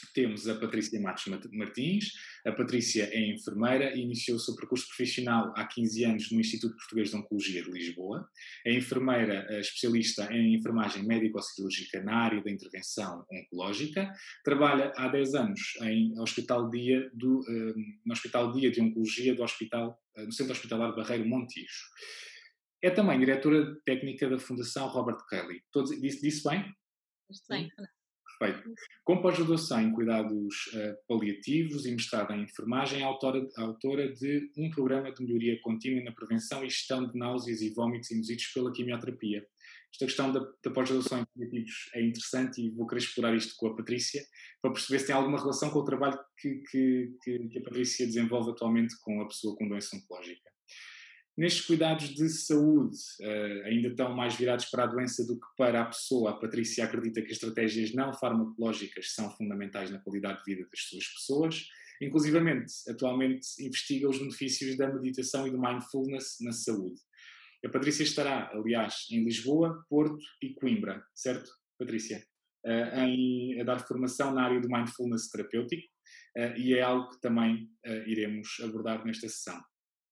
temos a Patrícia Matos Martins. A Patrícia é enfermeira e iniciou o seu percurso profissional há 15 anos no Instituto Português de Oncologia de Lisboa. É enfermeira especialista em enfermagem médico-cirúrgica na área da intervenção oncológica. Trabalha há 10 anos no Hospital Dia de Oncologia no Centro Hospitalar Barreiro Montijo. É também diretora técnica da Fundação Robert Kelly. Disse bem? Bem, Perfeito. Com pós-graduação em cuidados paliativos e mestrado em enfermagem, é autora de um programa de melhoria contínua na prevenção e gestão de náuseas e vômitos induzidos pela quimioterapia. Esta questão da pós-graduação em paliativos é interessante e vou querer explorar isto com a Patrícia para perceber se tem alguma relação com o trabalho que a Patrícia desenvolve atualmente com a pessoa com doença oncológica. Nestes cuidados de saúde, ainda tão mais virados para a doença do que para a pessoa, a Patrícia acredita que as estratégias não farmacológicas são fundamentais na qualidade de vida das suas pessoas. Inclusivamente, atualmente investiga os benefícios da meditação e do mindfulness na saúde. A Patrícia estará, aliás, em Lisboa, Porto e Coimbra, certo, Patrícia? A dar formação na área do mindfulness terapêutico e é algo que também iremos abordar nesta sessão.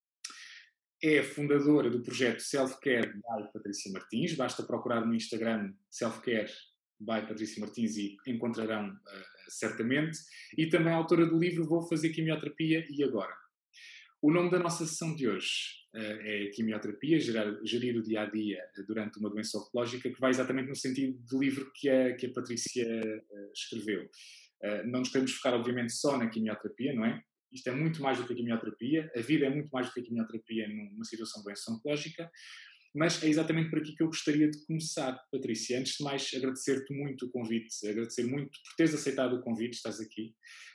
É fundadora do projeto Self-Care by Patrícia Martins. Basta procurar no Instagram Self-Care by Patrícia Martins e encontrarão certamente. E também autora do livro Vou Fazer Quimioterapia e Agora. O nome da nossa sessão de hoje é Quimioterapia, gerir o dia-a-dia durante uma doença oncológica, que vai exatamente no sentido do livro que a Patrícia escreveu. Não nos queremos focar, obviamente, só na quimioterapia, não é? Isto é muito mais do que a quimioterapia, a vida é muito mais do que a quimioterapia numa situação de doença oncológica, mas é exatamente por aqui que eu gostaria de começar, Patrícia. Antes de mais, agradecer-te muito o convite, agradecer muito por teres aceitado o convite, estás aqui,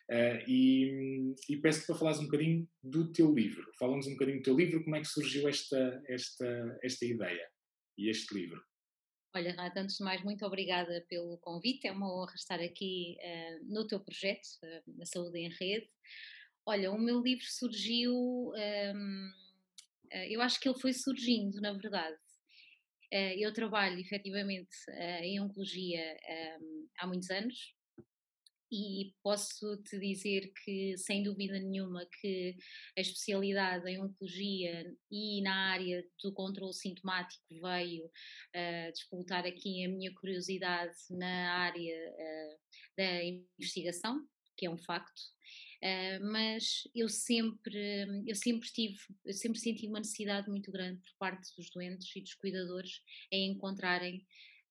e peço-te para falares um bocadinho do teu livro. Fala-nos um bocadinho do teu livro, como é que surgiu esta ideia e este livro. olha, Renata, antes de mais, muito obrigada pelo convite. É uma honra estar aqui no teu projeto, na Saúde em Rede. Olha, o meu livro surgiu, eu acho que ele foi surgindo, na verdade. Eu trabalho efetivamente em oncologia há muitos anos e posso te dizer que, sem dúvida nenhuma, que a especialidade em oncologia e na área do controle sintomático veio disputar aqui a minha curiosidade na área da investigação, que é um facto. Mas eu sempre senti uma necessidade muito grande por parte dos doentes e dos cuidadores em encontrarem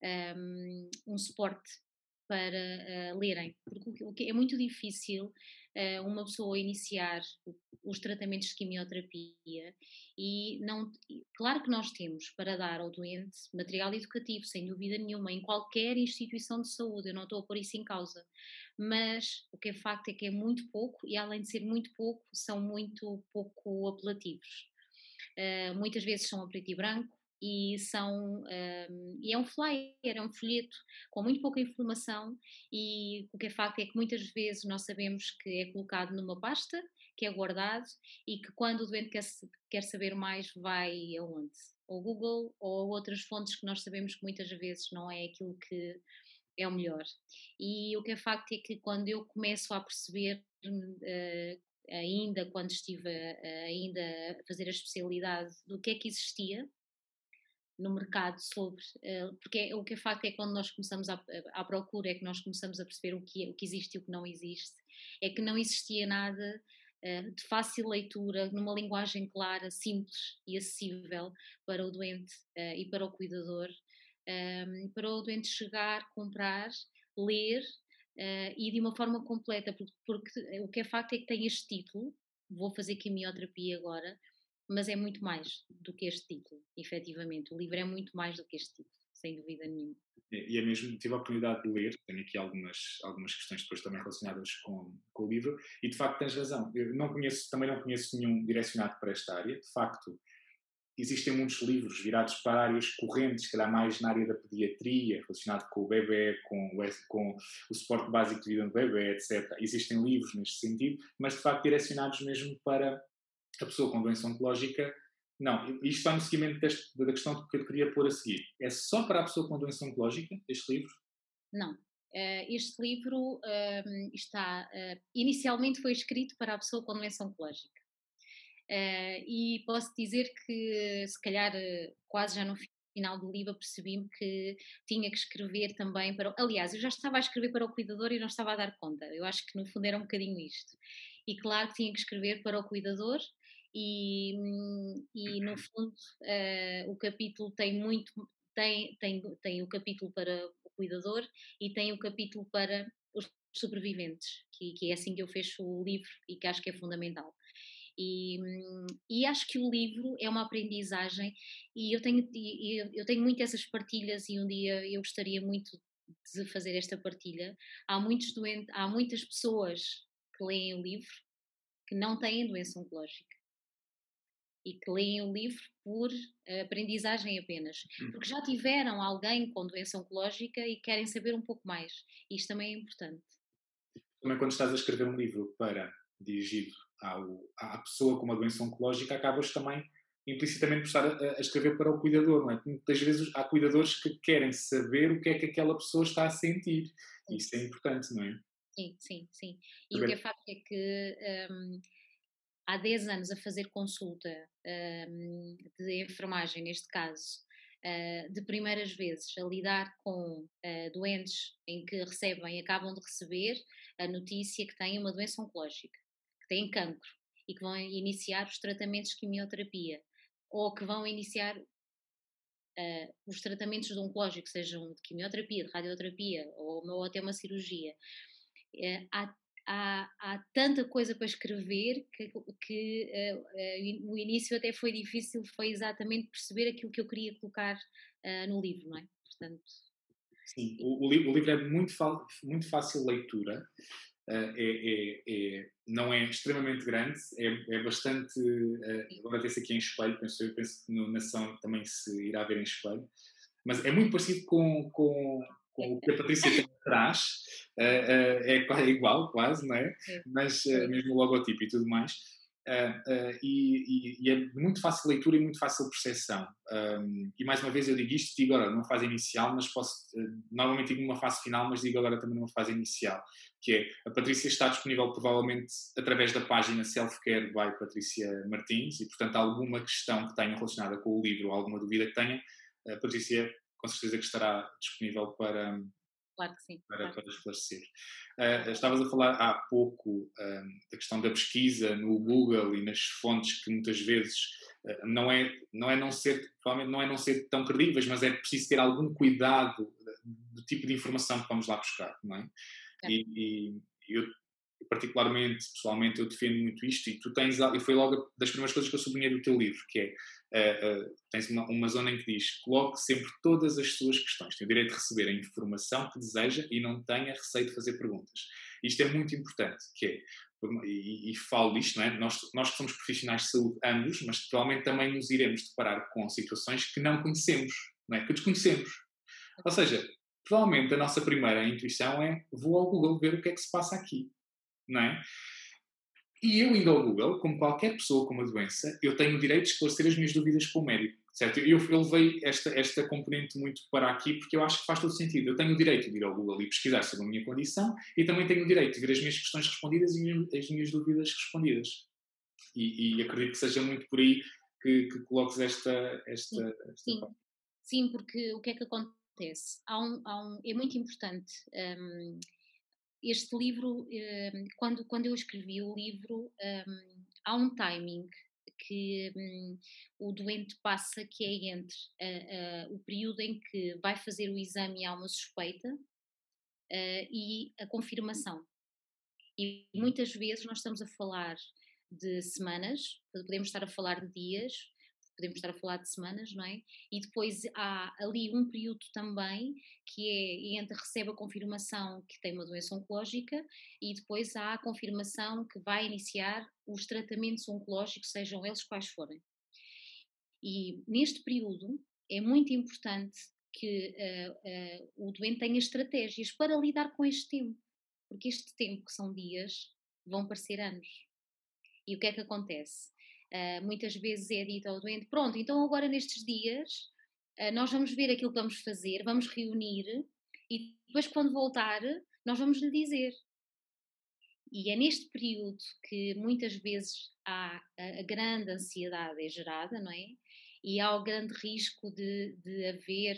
um suporte para lerem, porque é muito difícil uma pessoa iniciar os tratamentos de quimioterapia e não, claro que nós temos para dar ao doente material educativo, sem dúvida nenhuma, em qualquer instituição de saúde, eu não estou a pôr isso em causa, mas o que é facto é que é muito pouco e além de ser muito pouco, são muito pouco apelativos. Muitas vezes são a preto e branco e é um flyer, é um folheto com muito pouca informação e o que é facto é que muitas vezes nós sabemos que é colocado numa pasta, que é guardado e que quando o doente quer saber mais vai aonde? Ao Google ou a outras fontes que nós sabemos que muitas vezes não é aquilo que é o melhor. E o que é facto é que quando eu começo a perceber, ainda quando estive ainda a fazer a especialidade, do que é que existia no mercado sobre, porque o que é facto é que quando nós começamos à procura é que nós começamos a perceber o que existe e o que não existe, é que não existia nada de fácil leitura, numa linguagem clara, simples e acessível para o doente e para o cuidador, para o doente chegar, comprar, ler e de uma forma completa, porque o que é facto é que tem este título, vou fazer quimioterapia agora, mas é muito mais do que este título, efetivamente. O livro é muito mais do que este título, sem dúvida nenhuma. E é mesmo, tive a oportunidade de ler, tenho aqui algumas questões depois também relacionadas com o livro, e de facto tens razão. Eu também não conheço nenhum direcionado para esta área. De facto, existem muitos livros virados para áreas correntes, se calhar mais na área da pediatria, relacionado com o bebê, com o suporte básico de vida do bebê, etc. Existem livros neste sentido, mas de facto direcionados mesmo para a pessoa com doença oncológica. Não, isto está no seguimento da questão que eu queria pôr a seguir. É só para a pessoa com doença oncológica, este livro? Não. Este livro inicialmente foi escrito para a pessoa com doença oncológica. E posso dizer que, se calhar, quase já no final do livro, percebi-me que tinha que escrever também para. Aliás, eu já estava a escrever para o cuidador e não estava a dar conta. Eu acho que no fundo era um bocadinho isto. E claro que tinha que escrever para o cuidador, e no fundo o capítulo tem muito. Tem o capítulo para o cuidador e tem o capítulo para os sobreviventes, que é assim que eu fecho o livro e que acho que é fundamental. E acho que o livro é uma aprendizagem, e eu tenho muito essas partilhas, e um dia eu gostaria muito de fazer esta partilha. Há muitas pessoas que leem o livro que não têm doença oncológica e que leem o livro por aprendizagem apenas, porque já tiveram alguém com doença oncológica e querem saber um pouco mais. Isto também é importante. Também quando estás a escrever um livro dirigido à pessoa com uma doença oncológica, acabas também implicitamente por estar a escrever para o cuidador, não é? Muitas vezes há cuidadores que querem saber o que é que aquela pessoa está a sentir. E Sim, isso é importante, não é? sim, sim, sim. E o que é Saber. facto é que há 10 anos a fazer consulta de enfermagem, neste caso, de primeiras vezes a lidar com doentes em que acabam de receber a notícia que têm uma doença oncológica, que têm cancro e que vão iniciar os tratamentos de quimioterapia, ou que vão iniciar os tratamentos de oncológico, sejam de quimioterapia, de radioterapia ou até uma cirurgia. Há tanta coisa para escrever que no início até foi difícil, foi exatamente perceber aquilo que eu queria colocar no livro, não é? Portanto, Sim, o livro é muito fácil de leitura, não é extremamente grande, é bastante. Agora tem-se aqui em espelho, eu penso que no Nação também se irá ver em espelho, mas é muito parecido com o que a Patrícia tem atrás, é igual, quase, não é? é, Mas é, mesmo o logotipo e tudo mais. E é de muito fácil leitura e muito fácil percepção. E mais uma vez eu digo isto, digo agora numa fase inicial, mas normalmente digo numa fase final, mas digo agora também numa fase inicial, que é, a Patrícia está disponível provavelmente através da página Self-Care by Patrícia Martins, e portanto alguma questão que tenha relacionada com o livro, ou alguma dúvida que tenha, a Patrícia com certeza que estará disponível claro que sim, para, claro. para esclarecer. Estavas a falar há pouco da questão da pesquisa no Google e nas fontes que muitas vezes provavelmente não é não ser tão credíveis, mas é preciso ter algum cuidado do tipo de informação que vamos lá buscar, não é? E eu, particularmente, pessoalmente, eu defendo muito isto, e foi logo das primeiras coisas que eu sublinhei do teu livro, que é, tens uma zona em que diz, coloque sempre todas as suas questões, tem o direito de receber a informação que deseja e não tenha receio de fazer perguntas. Isto é muito importante, que é, e falo disto, não é? Nós que somos profissionais de saúde, ambos, mas provavelmente também nos iremos deparar com situações que não conhecemos, não é? Que desconhecemos. Ou seja, provavelmente a nossa primeira intuição é, vou ao Google ver o que é que se passa aqui, não é? E eu indo ao Google, como qualquer pessoa com uma doença, eu tenho o direito de esclarecer as minhas dúvidas com o médico, certo? Eu levei esta componente muito para aqui porque eu acho que faz todo sentido. Eu tenho o direito de ir ao Google e pesquisar sobre a minha condição, e também tenho o direito de ver as minhas questões respondidas e as minhas dúvidas respondidas. E acredito que seja muito por aí que coloques Sim, esta sim, parte. sim, porque o que é que acontece? É muito importante. Este livro, quando eu escrevi o livro, há um timing que o doente passa, que é entre o período em que vai fazer o exame e há uma suspeita, e a confirmação. E muitas vezes nós estamos a falar de semanas, podemos estar a falar de dias, podemos estar a falar de semanas, não é? E depois há ali um período também que é entre recebe a confirmação que tem uma doença oncológica e depois há a confirmação que vai iniciar os tratamentos oncológicos, sejam eles quais forem. E neste período é muito importante que o doente tenha estratégias para lidar com este tempo, porque este tempo, que são dias, vão parecer anos. E o que é que acontece? Muitas vezes é dito ao doente: pronto, então agora nestes dias nós vamos ver aquilo que vamos fazer, vamos reunir E depois, quando voltar, nós vamos lhe dizer. E é neste período que muitas vezes há a grande ansiedade é gerada, não é? E há o grande risco de haver,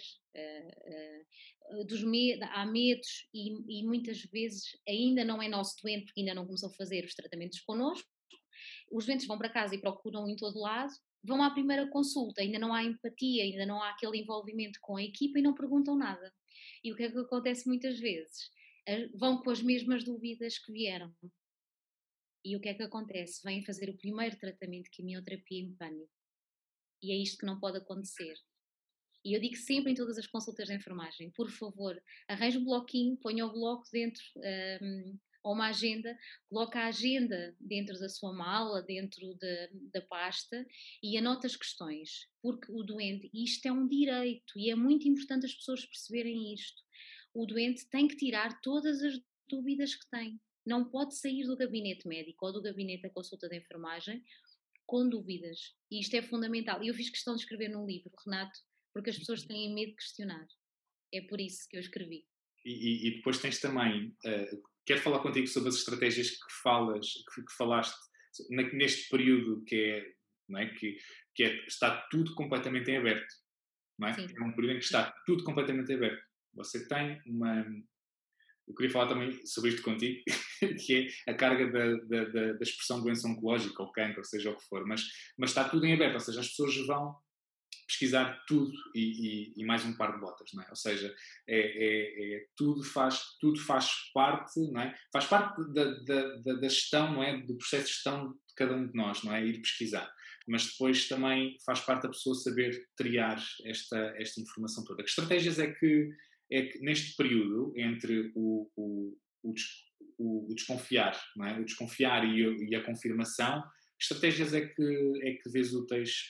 há medos e muitas vezes ainda não é nosso doente porque ainda não começou a fazer os tratamentos connosco, os doentes vão para casa e procuram em todo lado, vão à primeira consulta, ainda não há empatia, ainda não há aquele envolvimento com a equipa e não perguntam nada. E o que é que acontece muitas vezes? Vão com as mesmas dúvidas que vieram. E o que é que acontece? Vêm fazer o primeiro tratamento de quimioterapia em pânico. E é isto que não pode acontecer. E eu digo sempre em todas as consultas de enfermagem, por favor, arranje um bloquinho, ponha o bloco dentro, ou uma agenda, coloca a agenda dentro da sua mala, dentro da pasta e anota as questões, porque o doente, isto é um direito e é muito importante as pessoas perceberem isto. O doente tem que tirar todas as dúvidas que tem. Não pode sair do gabinete médico ou do gabinete da consulta de enfermagem com dúvidas. E isto é fundamental. E eu fiz questão de escrever num livro, Renato, porque as pessoas têm medo de questionar. É por isso que eu escrevi. E depois tens também, quero falar contigo sobre as estratégias que falaste neste período que é, não é, que é, está tudo completamente em aberto, não é? Sim. É um período em que está tudo completamente aberto. Você tem uma... Eu queria falar também sobre isto contigo, que é a carga da expressão doença oncológica ou cancro, seja o que for, mas está tudo em aberto, ou seja, as pessoas vão pesquisar tudo e mais um par de botas, não é? Ou seja, tudo faz parte, não é? Faz parte da gestão, não é? Do processo de gestão de cada um de nós, não é? Ir pesquisar. Mas depois também faz parte da pessoa saber triar esta informação toda. Que estratégias é que neste período entre o desconfiar, não é? O desconfiar e a confirmação, que estratégias é que vês úteis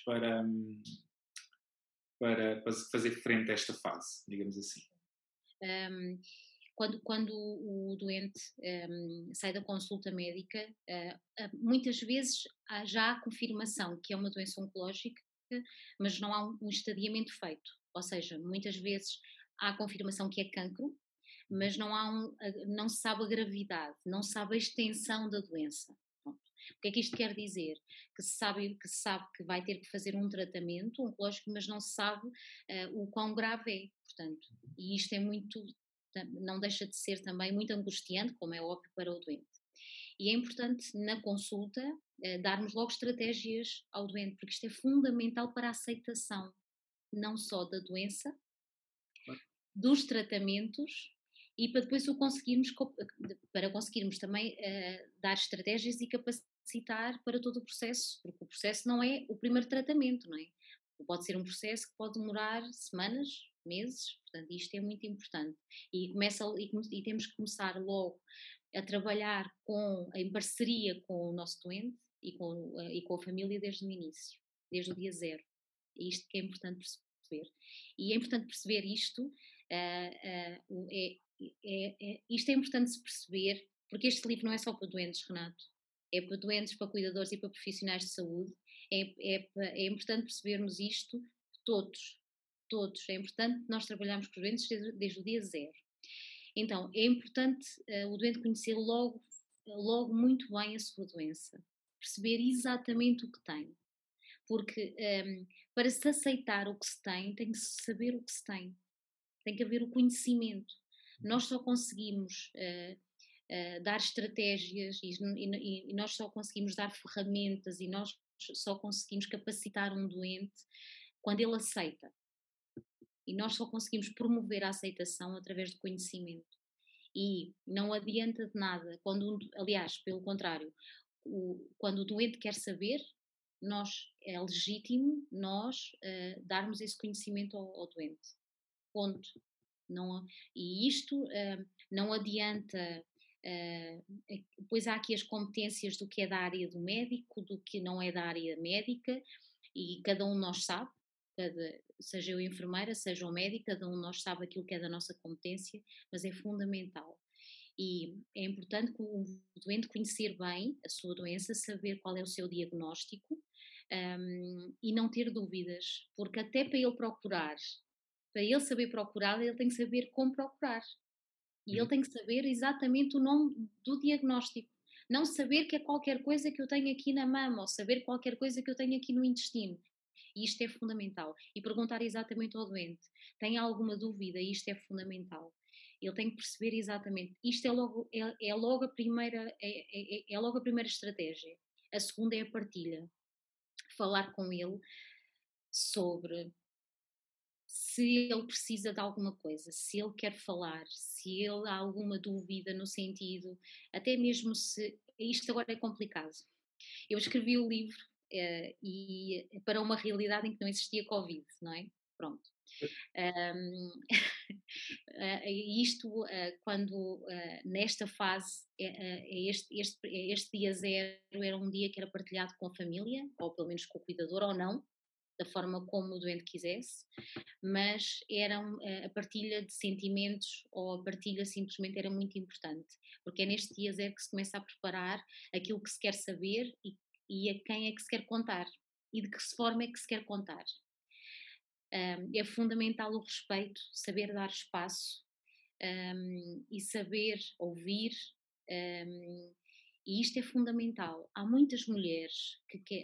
para fazer frente a esta fase, digamos assim? Um, quando o doente sai da consulta médica, muitas vezes já há confirmação que é uma doença oncológica, mas não há um estadiamento feito. Ou seja, muitas vezes há a confirmação que é cancro, mas não se sabe a gravidade, não se sabe a extensão da doença. Pronto. O que é que isto quer dizer? Que se sabe que vai ter que fazer um tratamento oncológico, mas não se sabe o quão grave é. Portanto, e isto é muito, não deixa de ser também muito angustiante, como é óbvio para o doente. E é importante na consulta darmos logo estratégias ao doente, porque isto é fundamental para a aceitação, não só da doença, dos tratamentos e para depois para conseguirmos também dar estratégias e capacitar para todo o processo, porque o processo não é o primeiro tratamento, não é? Pode ser um processo que pode demorar semanas, meses, portanto isto é muito importante e temos que começar logo a trabalhar em parceria com o nosso doente e com a família desde o início, desde o dia zero. É isto que é importante perceber. E é importante perceber isto isto é importante se perceber, porque este livro não é só para doentes, Renato, é para doentes, para cuidadores e para profissionais de saúde, é importante percebermos isto todos, é importante nós trabalharmos com os doentes desde o dia zero. Então, é importante o doente conhecer logo muito bem a sua doença, perceber exatamente o que tem, porque para se aceitar o que se tem que se saber o que se tem que haver o conhecimento. Nós só conseguimos dar estratégias e nós só conseguimos dar ferramentas e nós só conseguimos capacitar um doente quando ele aceita. E nós só conseguimos promover a aceitação através do conhecimento. E não adianta de nada, aliás, pelo contrário, quando o doente quer saber, é legítimo nós darmos esse conhecimento ao doente. Ponto. Não, e isto não adianta. Depois há aqui as competências do que é da área do médico, do que não é da área médica, e cada um de nós sabe, seja eu enfermeira, seja o médico, cada um de nós sabe aquilo que é da nossa competência, mas é fundamental. E é importante o doente conhecer bem a sua doença, saber qual é o seu diagnóstico e não ter dúvidas, porque até para ele procurar Para ele saber procurar, ele tem que saber como procurar. E ele Uhum. tem que saber exatamente o nome do diagnóstico. Não saber que é qualquer coisa que eu tenho aqui na mama, ou saber qualquer coisa que eu tenho aqui no intestino. E isto é fundamental. E perguntar exatamente ao doente: tem alguma dúvida? Isto é fundamental. Ele tem que perceber exatamente. Isto é logo a primeira, é logo a primeira estratégia. A segunda é a partilha. Falar com ele sobre se ele precisa de alguma coisa, se ele quer falar, se ele há alguma dúvida no sentido, até mesmo se isto agora é complicado. Eu escrevi o livro e para uma realidade em que não existia Covid, não é? Pronto. Um, isto quando nesta fase este dia zero era um dia que era partilhado com a família, ou pelo menos com o cuidador, ou não, da forma como o doente quisesse, mas a partilha de sentimentos ou a partilha simplesmente era muito importante, porque é neste dia zero que se começa a preparar aquilo que se quer saber e a quem é que se quer contar e de que forma é que se quer contar. É fundamental o respeito, saber dar espaço e saber ouvir, e isto é fundamental. Há muitas mulheres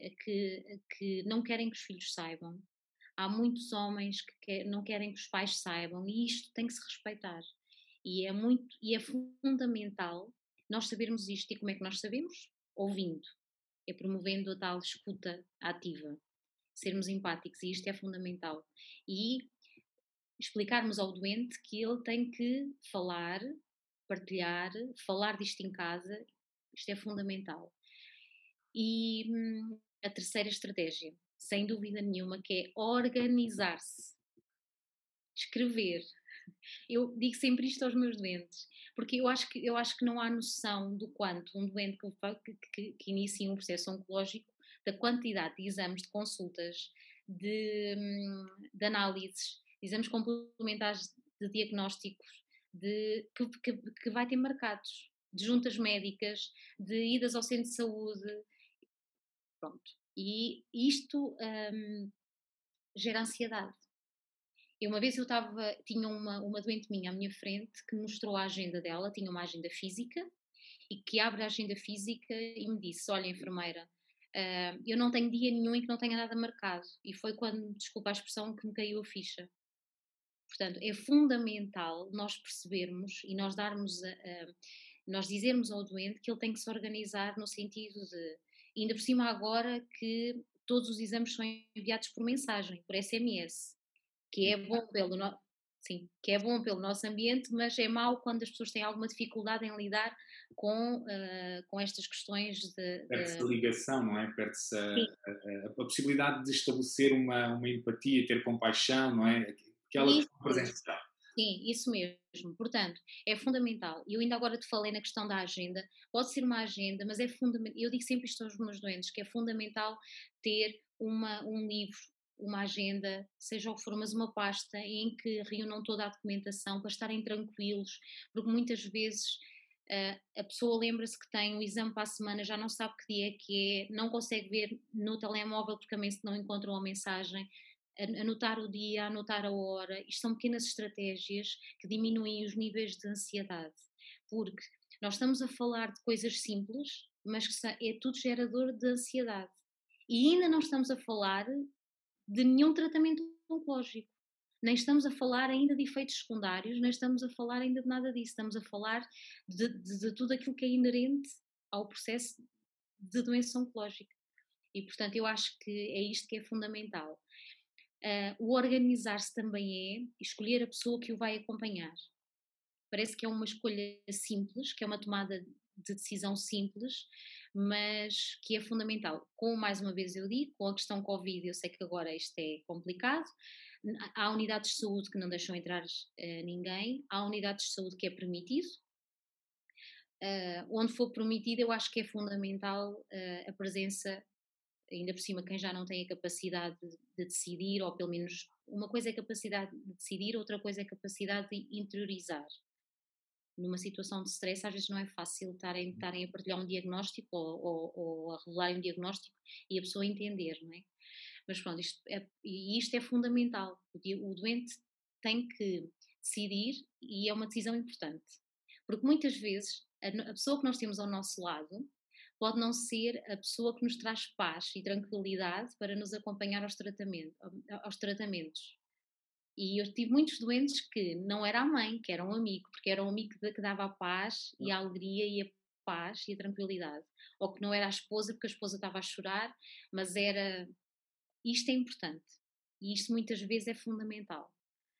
que não querem que os filhos saibam, há muitos homens que não querem que os pais saibam, e isto tem que se respeitar. E é fundamental nós sabermos isto. E como é que nós sabemos? Ouvindo, é promovendo a tal escuta ativa, sermos empáticos, e isto é fundamental. E explicarmos ao doente que ele tem que falar, partilhar, falar disto em casa, isto é fundamental. E a terceira estratégia, sem dúvida nenhuma, que é organizar-se, escrever. Eu digo sempre isto aos meus doentes, porque eu acho que não há noção do quanto um doente que inicia um processo oncológico, da quantidade de exames, de consultas, de análises, de exames complementares de diagnósticos, que vai ter marcados, de juntas médicas, de idas ao centro de saúde, pronto. E isto gera ansiedade. Uma vez tinha uma doente minha à minha frente que mostrou a agenda dela, tinha uma agenda física, e que abre a agenda física e me disse: Olha, enfermeira, eu não tenho dia nenhum em que não tenha nada marcado. E foi quando, desculpa a expressão, que me caiu a ficha. Portanto, é fundamental nós percebermos e nós dizermos ao doente que ele tem que se organizar no sentido de, ainda por cima agora que todos os exames são enviados por mensagem, por SMS, que é bom sim, que é bom pelo nosso ambiente, mas é mau quando as pessoas têm alguma dificuldade em lidar com estas questões Perde-se a ligação, não é? Perde-se sim, a possibilidade de estabelecer uma empatia, ter compaixão, não é? Aquela isso questão mesmo. presencial. Sim, isso mesmo. Portanto, é fundamental. Eu ainda agora te falei na questão da agenda. Pode ser uma agenda, mas é fundamental. Eu digo sempre isto aos meus doentes, que é fundamental ter um livro, uma agenda, seja o que for, mas uma pasta em que reúnam toda a documentação para estarem tranquilos, porque muitas vezes a pessoa lembra-se que tem um exame para a semana, já não sabe que dia é que é, não consegue ver no telemóvel porque não encontrou a mensagem, anotar o dia, anotar a hora. Isto são pequenas estratégias que diminuem os níveis de ansiedade, porque nós estamos a falar de coisas simples, mas que é tudo gerador de ansiedade. E ainda não estamos a falar de nenhum tratamento oncológico. Nem estamos a falar ainda de efeitos secundários, nem estamos a falar ainda de nada disso. Estamos a falar de tudo aquilo que é inerente ao processo de doença oncológica. E, portanto, eu acho que é isto que é fundamental. O organizar-se também é escolher a pessoa que o vai acompanhar. Parece que é uma escolha simples, que é uma tomada de decisão simples, mas que é fundamental. Mais uma vez eu digo, com a questão Covid, eu sei que agora isto é complicado. Há unidades de saúde que não deixam entrar ninguém, há unidades de saúde que é permitido. Onde for permitido, eu acho que é fundamental a presença, ainda por cima, quem já não tem a capacidade de decidir, ou pelo menos uma coisa é a capacidade de decidir, outra coisa é a capacidade de interiorizar. Numa situação de stress, às vezes não é fácil estarem a partilhar um diagnóstico ou a revelar um diagnóstico e a pessoa entender, não é? Mas pronto, isto é fundamental. O doente tem que decidir e é uma decisão importante. Porque muitas vezes a pessoa que nós temos ao nosso lado pode não ser a pessoa que nos traz paz e tranquilidade para nos acompanhar aos tratamentos. E eu tive muitos doentes que não era a mãe, que era um amigo, porque era um amigo que dava a paz e a alegria e a paz e a tranquilidade. Ou que não era a esposa, porque a esposa estava a chorar, mas era. Isto é importante. E isto muitas vezes é fundamental.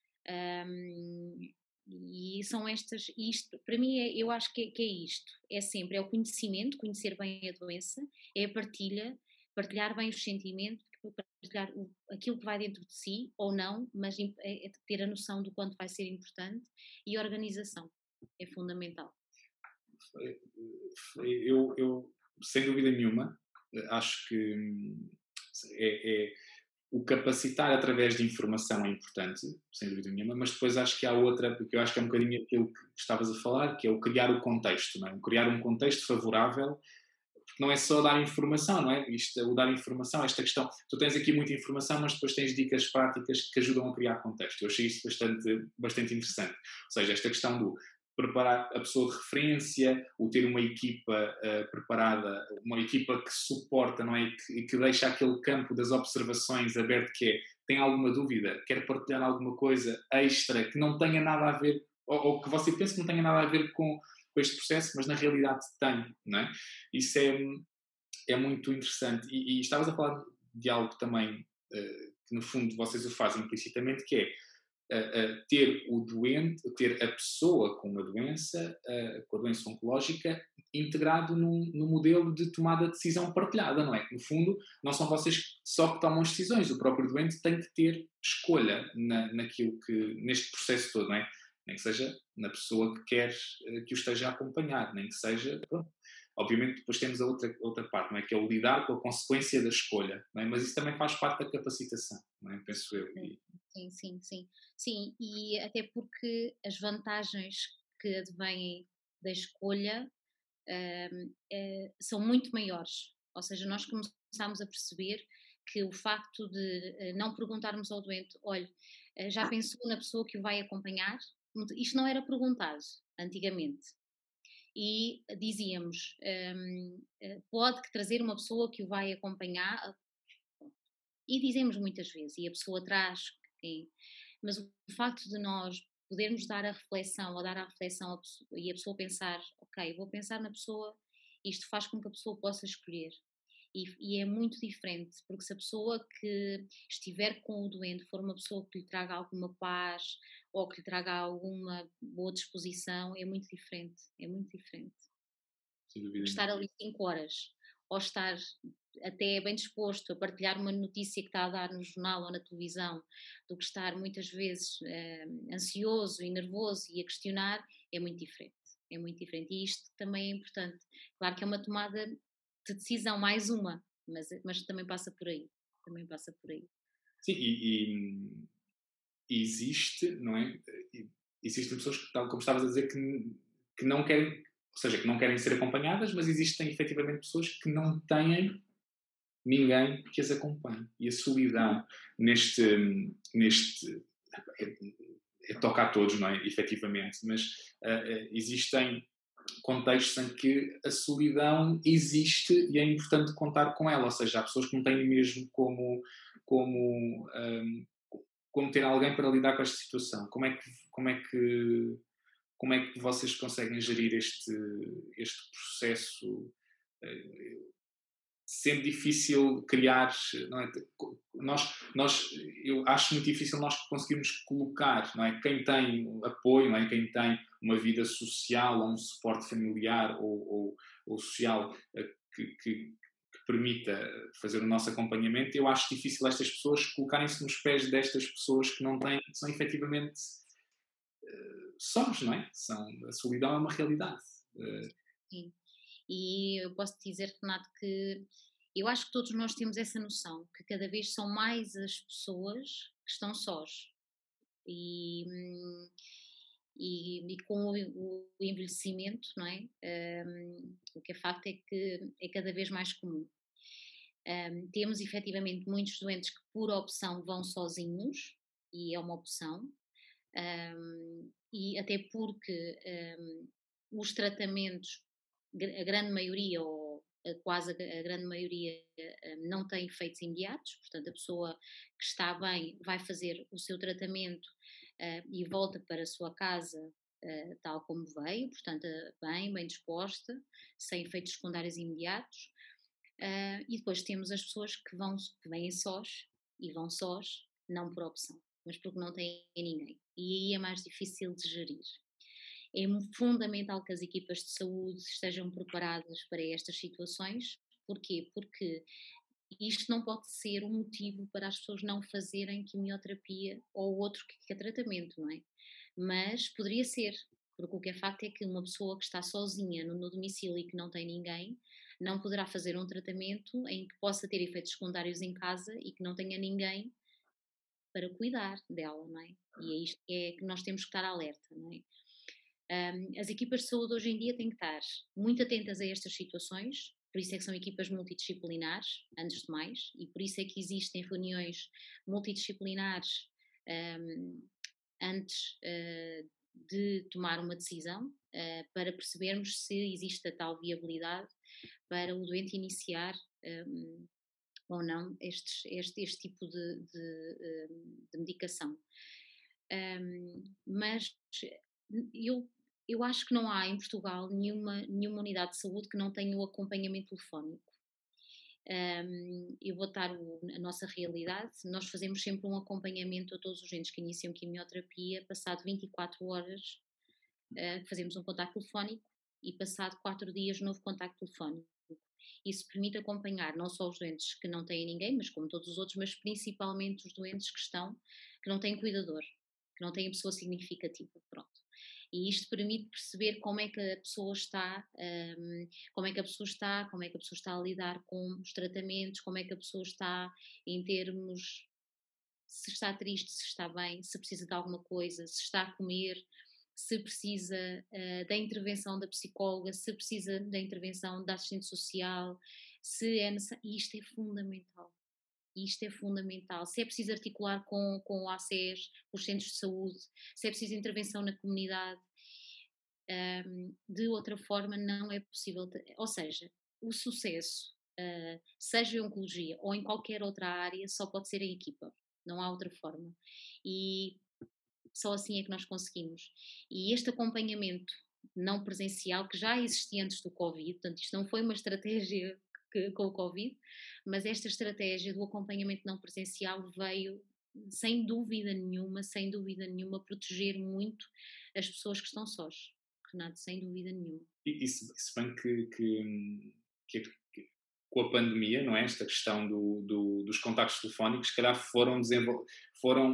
E são isto, para mim, eu acho que é isto. É sempre, é o conhecimento, conhecer bem a doença, é a partilha, partilhar bem os sentimentos, partilhar aquilo que vai dentro de si, ou não, mas é ter a noção do quanto vai ser importante, e a organização é fundamental. Eu sem dúvida nenhuma, acho que o capacitar através de informação é importante, sem dúvida nenhuma, mas depois acho que há outra, porque eu acho que é um bocadinho aquilo que estavas a falar, que é o criar o contexto, não é? Criar um contexto favorável, porque não é só dar informação, não é? O dar informação, esta questão, tu tens aqui muita informação, mas depois tens dicas práticas que ajudam a criar contexto. Eu achei isso bastante interessante. Ou seja, esta questão do preparar a pessoa de referência, o ter uma equipa preparada, uma equipa que suporta, não é? E que deixa aquele campo das observações aberto, que é, tem alguma dúvida, quer partilhar alguma coisa extra que não tenha nada a ver, ou que você pense que não tenha nada a ver com este processo, mas na realidade tem, não é? Isso é muito interessante. E estavas a falar de algo também que no fundo vocês o fazem implicitamente, que é ter o doente, ter a pessoa com a doença oncológica, integrado num modelo de tomada de decisão partilhada, não é? Que no fundo não são vocês só que tomam as decisões, o próprio doente tem que ter escolha neste processo todo, não é? Nem que seja na pessoa que quer que o esteja a acompanhar, nem que seja, pronto. Obviamente depois temos a outra parte, não é? Que é o lidar com a consequência da escolha, não é? Mas isso também faz parte da capacitação, não é? Penso eu. Sim, e até porque as vantagens que advêm da escolha são muito maiores. Ou seja, nós começamos a perceber que o facto de não perguntarmos ao doente, olha, já pensou na pessoa que o vai acompanhar? Isto não era perguntado antigamente. E dizíamos, pode trazer uma pessoa que o vai acompanhar, e dizemos muitas vezes, e a pessoa traz, mas o facto de nós podermos dar a reflexão, ou dar a reflexão e a pessoa pensar, ok, vou pensar na pessoa, isto faz com que a pessoa possa escolher. E é muito diferente, porque se a pessoa que estiver com o doente for uma pessoa que lhe traga alguma paz ou que lhe traga alguma boa disposição, é muito diferente, é muito diferente. Sem dúvida. Estar ali 5 horas ou estar até bem disposto a partilhar uma notícia que está a dar no jornal ou na televisão, do que estar muitas vezes ansioso e nervoso e a questionar, é muito diferente. É muito diferente. E isto também é importante. Claro que é uma tomada de decisão, mais uma, mas também passa por aí. Também passa por aí. Sim, e existe, não é? Existem pessoas que, tal como estavas a dizer, que não querem, ou seja, que não querem ser acompanhadas, mas existem efetivamente pessoas que não têm ninguém que as acompanhe. E a solidão neste toca a todos, não é? Efetivamente, mas existem contextos em que a solidão existe e é importante contar com ela, ou seja, há pessoas que não têm mesmo como ter alguém para lidar com esta situação. Como é que vocês conseguem gerir este processo? Sendo difícil criar, não é? Eu acho muito difícil nós conseguirmos colocar, não é? Quem tem apoio, não é? Quem tem uma vida social ou um suporte familiar ou social que permita fazer o nosso acompanhamento, eu acho difícil estas pessoas colocarem-se nos pés destas pessoas que não têm, que são efetivamente sós, não é? A solidão é uma realidade. Sim. E eu posso dizer, Renato, que eu acho que todos nós temos essa noção, que cada vez são mais as pessoas que estão sós. E com o envelhecimento, não é? O que é facto é que é cada vez mais comum. Temos efetivamente muitos doentes que por opção vão sozinhos, e é uma opção, E até porque os tratamentos, a grande maioria, ou quase a grande maioria, não tem efeitos imediatos, portanto, a pessoa que está bem vai fazer o seu tratamento e volta para a sua casa tal como veio, portanto, bem disposta, sem efeitos secundários imediatos. E depois temos as pessoas que vêm sós e vão sós, não por opção, mas porque não têm ninguém. E aí é mais difícil de gerir. É fundamental que as equipas de saúde estejam preparadas para estas situações. Porquê? Porque isto não pode ser um motivo para as pessoas não fazerem quimioterapia ou outro que é tratamento, não é? Mas poderia ser, porque o que é facto é que uma pessoa que está sozinha no domicílio e que não tem ninguém, não poderá fazer um tratamento em que possa ter efeitos secundários em casa e que não tenha ninguém para cuidar dela, não é? E é isto que é que nós temos que estar alerta, não é? As equipas de saúde hoje em dia têm que estar muito atentas a estas situações, por isso é que são equipas multidisciplinares, antes de mais, e por isso é que existem reuniões multidisciplinares um, antes de tomar uma decisão, para percebermos se existe a tal viabilidade para o doente iniciar ou não este tipo de medicação. Mas eu acho que não há em Portugal nenhuma unidade de saúde que não tenha o acompanhamento telefónico. Eu vou dar a nossa realidade. Nós fazemos sempre um acompanhamento a todos os doentes que iniciam quimioterapia, passado 24 horas, fazemos um contacto telefónico e passado 4 dias novo contacto telefónico. Isso permite acompanhar não só os doentes que não têm ninguém, mas como todos os outros, mas principalmente os doentes que não têm cuidador, que não têm pessoa significativa, pronto. E isto permite perceber como é que a pessoa está, como é que a pessoa está, como é que a pessoa está a lidar com os tratamentos, como é que a pessoa está em termos, se está triste, se está bem, se precisa de alguma coisa, se está a comer, se precisa da intervenção da psicóloga, se precisa da intervenção da assistente social, se é necessário. Isto é fundamental. Isto é fundamental. Se é preciso articular com o ACES, os centros de saúde, se é preciso intervenção na comunidade, de outra forma não é possível. Ou seja, o sucesso, seja em oncologia ou em qualquer outra área, só pode ser em equipa. Não há outra forma. E só assim é que nós conseguimos. E este acompanhamento não presencial, que já existia antes do Covid, portanto, isto não foi uma estratégia com o Covid, mas esta estratégia do acompanhamento não presencial veio, sem dúvida nenhuma, proteger muito as pessoas que estão sós. Renato, sem dúvida nenhuma. Se bem que com a pandemia, não é? Esta questão dos contactos telefónicos, se calhar foram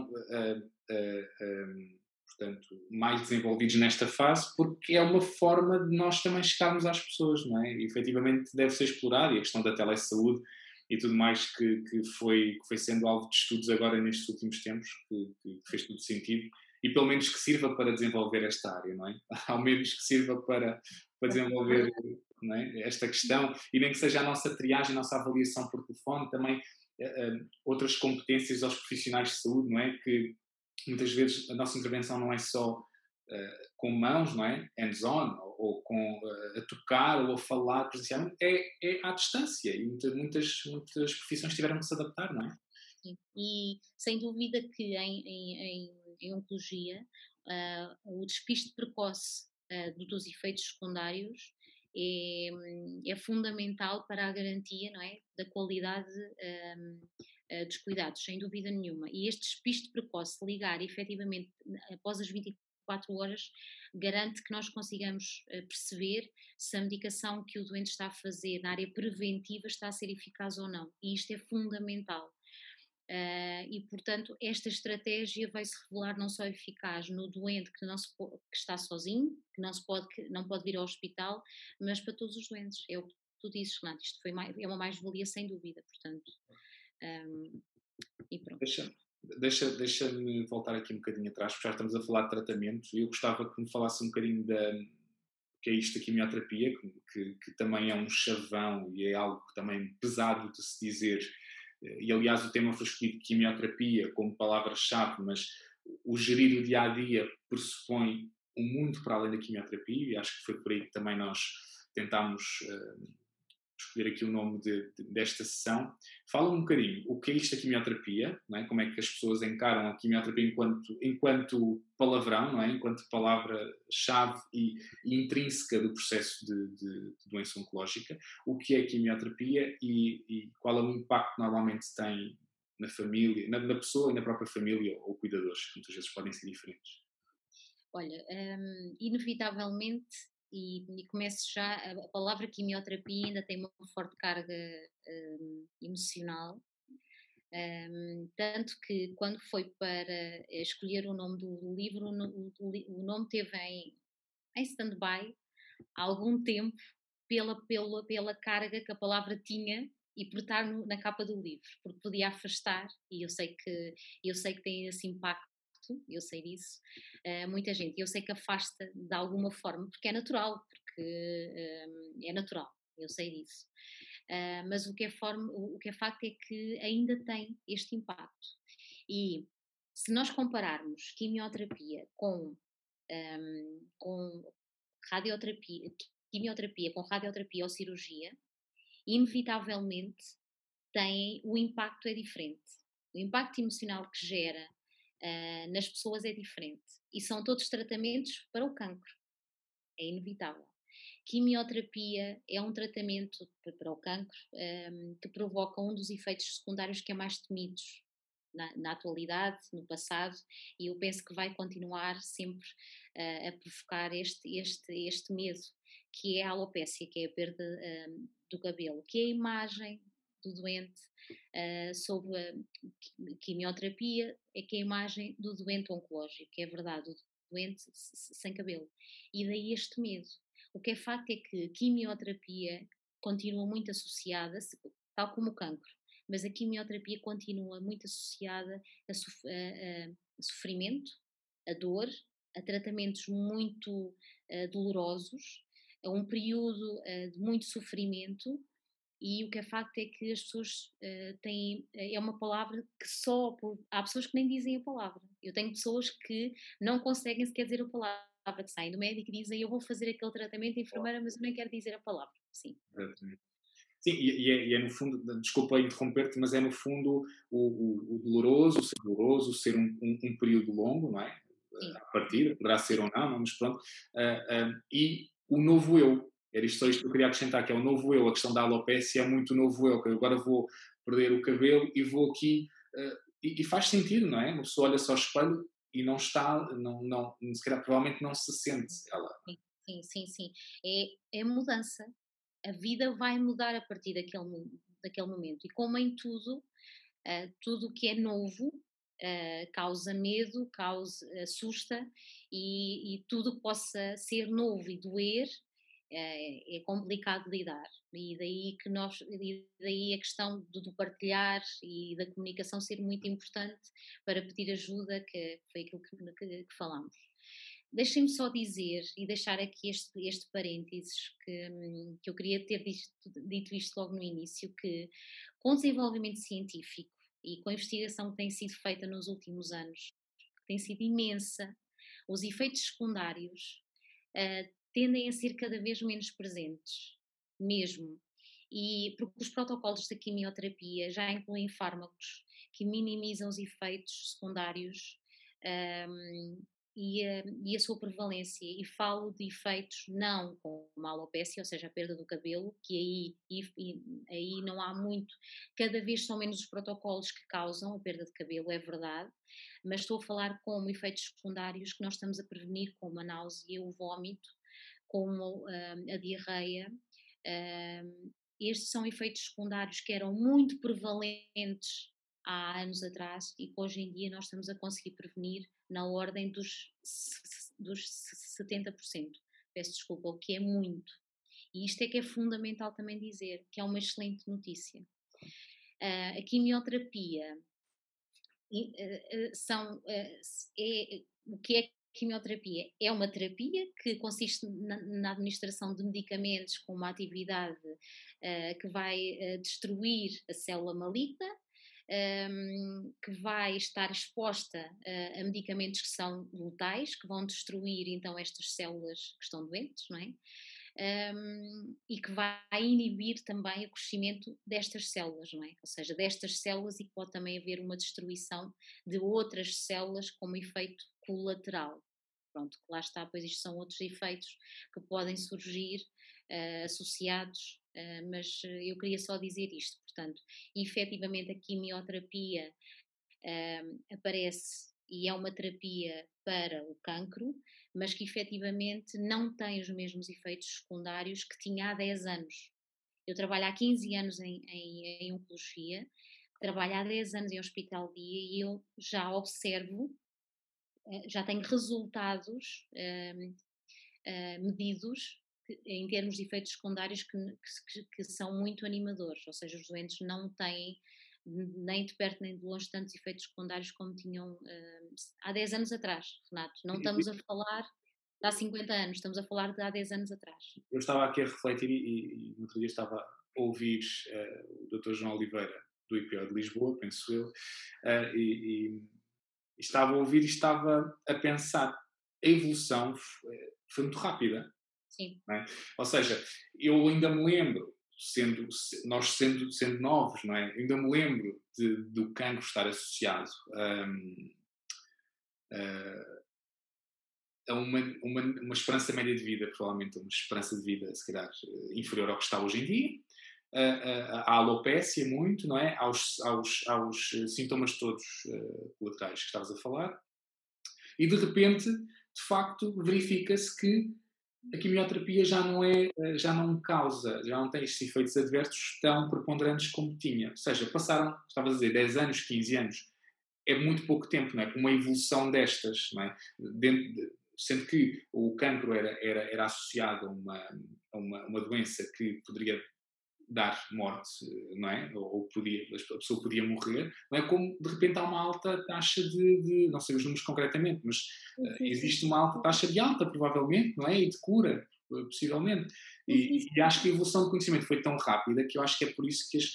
portanto, mais desenvolvidos nesta fase, porque é uma forma de nós também chegarmos às pessoas, não é? E efetivamente deve ser explorado, e a questão da telesaúde e tudo mais que foi sendo alvo de estudos agora nestes últimos tempos, que fez todo sentido, e pelo menos que sirva para desenvolver esta área, não é? Ao menos que sirva para desenvolver, não é? Esta questão, e nem que seja a nossa triagem, a nossa avaliação por telefone, também outras competências aos profissionais de saúde, não é? Que muitas vezes a nossa intervenção não é só com mãos, não é? Hands-on, ou com a tocar ou a falar presencialmente, é à distância, e muitas profissões tiveram que se adaptar, não é? Sim. E sem dúvida que em oncologia, o despiste precoce dos efeitos secundários é fundamental para a garantia, não é, da qualidade dos cuidados, sem dúvida nenhuma. E este despiste precoce, ligar efetivamente após as 24 horas, garante que nós consigamos perceber se a medicação que o doente está a fazer na área preventiva está a ser eficaz ou não. E isto é fundamental. E, portanto, esta estratégia vai se revelar não só eficaz no doente que está sozinho, que não pode vir ao hospital, mas para todos os doentes. É o que tu dizes, Renato. Isto é uma mais-valia sem dúvida, portanto. E pronto. Deixa-me voltar aqui um bocadinho atrás, porque já estamos a falar de tratamento, e eu gostava que me falasse um bocadinho que é isto da quimioterapia, que também é um chavão e é algo também pesado de se dizer. E aliás o tema foi escolhido quimioterapia como palavra-chave, mas o gerir o dia-a-dia pressupõe um muito para além da quimioterapia, e acho que foi por aí que também nós tentámos escolher aqui o nome desta sessão. Fala um bocadinho o que é isto da quimioterapia, não é? Como é que as pessoas encaram a quimioterapia enquanto palavrão, não é? Enquanto palavra-chave e intrínseca do processo de doença oncológica, o que é a quimioterapia e qual é o impacto que normalmente tem na família, na pessoa e na própria família ou cuidadores, que muitas vezes podem ser diferentes. Olha, inevitavelmente, e começo já, a palavra quimioterapia ainda tem uma forte carga emocional, tanto que quando foi para escolher o nome do livro, o nome teve em stand-by há algum tempo pela carga que a palavra tinha e por estar na capa do livro, porque podia afastar, e eu sei que tem esse impacto, eu sei disso, muita gente, eu sei que afasta de alguma forma, porque é natural, porque é natural, eu sei disso. Mas o que é facto é que ainda tem este impacto. E se nós compararmos quimioterapia com radioterapia, quimioterapia com radioterapia ou cirurgia, inevitavelmente o impacto é diferente. O impacto emocional que gera nas pessoas é diferente. E são todos tratamentos para o cancro, é inevitável. Quimioterapia é um tratamento para o cancro que provoca um dos efeitos secundários que é mais temidos na atualidade, no passado, e eu penso que vai continuar sempre a provocar este medo, que é a alopécia, que é a perda do cabelo, que é a imagem do doente sob a quimioterapia, é que é a imagem do doente oncológico, que é verdade, o doente sem cabelo. E daí este medo. O que é facto é que a quimioterapia continua muito associada, tal como o cancro, mas a quimioterapia continua muito associada a sofrimento, a dor, a tratamentos muito dolorosos, a um período de muito sofrimento. E o que é facto é que as pessoas têm. É uma palavra que há pessoas que nem dizem a palavra. Eu tenho pessoas que não conseguem sequer dizer a palavra, que saem do médico e dizem: Eu vou fazer aquele tratamento, enfermeira, mas eu nem quero dizer a palavra. Sim. Exatamente. Sim, e é no fundo, desculpa interromper-te, mas é no fundo o doloroso, o ser um período longo, não é? Sim, A partir, poderá ser ou não, mas pronto. E o novo eu, era isto só isto que eu queria acrescentar, que é o novo eu, a questão da alopécia é muito novo eu, que agora vou perder o cabelo e vou aqui, e faz sentido, não é? Uma pessoa olha só ao espelho e não está, se calhar provavelmente não se sente ela. sim, sim, sim, sim. É mudança. A vida vai mudar a partir daquele momento. E como em tudo, tudo o que é novo causa medo, assusta, e tudo que possa ser novo e doer é complicado de lidar. E daí a questão do partilhar e da comunicação ser muito importante para pedir ajuda, que foi aquilo que falámos. Deixem-me só dizer e deixar aqui este parênteses que eu queria ter dito isto logo no início, que com o desenvolvimento científico e com a investigação que tem sido feita nos últimos anos, que tem sido imensa, os efeitos secundários tendem a ser cada vez menos presentes, mesmo. E porque os protocolos da quimioterapia já incluem fármacos que minimizam os efeitos secundários um, e a sua prevalência, e falo de efeitos não como a alopecia, ou seja, a perda do cabelo, que aí não há muito, cada vez são menos os protocolos que causam a perda de cabelo, é verdade, mas estou a falar como efeitos secundários que nós estamos a prevenir, como a náusea, o vómito, como a diarreia. Estes são efeitos secundários que eram muito prevalentes há anos atrás e que hoje em dia nós estamos a conseguir prevenir na ordem dos 70%. Peço desculpa, o que é muito. E isto é que é fundamental também dizer, que é uma excelente notícia. A quimioterapia o que é quimioterapia? É uma terapia que consiste na administração de medicamentos com uma atividade que vai destruir a célula maligna, que vai estar exposta a medicamentos que são letais, que vão destruir então estas células que estão doentes, não é? E que vai inibir também o crescimento destas células, não é? Ou seja, destas células, e que pode também haver uma destruição de outras células como efeito colateral. Pronto, que lá está, pois isto são outros efeitos que podem surgir associados, mas eu queria só dizer isto, portanto, efetivamente a quimioterapia aparece e é uma terapia para o cancro, mas que efetivamente não tem os mesmos efeitos secundários que tinha há 10 anos. Eu trabalho há 15 anos em oncologia, trabalho há 10 anos em hospital-dia e eu já observo, já tenho resultados medidos em termos de efeitos secundários que são muito animadores, ou seja, os doentes não têm nem de perto nem de longe tantos efeitos secundários como tinham há 10 anos atrás, Renato. Não estamos a falar de há 50 anos, estamos a falar de há 10 anos atrás. Eu estava aqui a refletir e no outro dia estava a ouvir o Dr. João Oliveira, do IPO de Lisboa, penso eu, e estava a ouvir e estava a pensar. A evolução foi muito rápida. Sim. Não é? Ou seja, eu ainda me lembro, nós sendo novos, não é? Ainda me lembro do cancro estar associado a uma esperança média de vida, provavelmente uma esperança de vida, se calhar, inferior ao que está hoje em dia, à alopécia muito, não é? Aos sintomas todos colaterais que estavas a falar, e de repente, de facto, verifica-se que a quimioterapia já não causa, já não tem estes efeitos adversos tão preponderantes como tinha. Ou seja, passaram, estavas a dizer, 10 anos, 15 anos. É muito pouco tempo, não é? Por uma evolução destas, não é? Sendo que o cancro era associado a uma doença que poderia dar morte, não é? Ou a pessoa podia morrer, não é? Como de repente há uma alta taxa não sei os números concretamente, mas existe uma alta taxa de alta, provavelmente, não é? E de cura, possivelmente. E acho que a evolução do conhecimento foi tão rápida que eu acho que é por isso que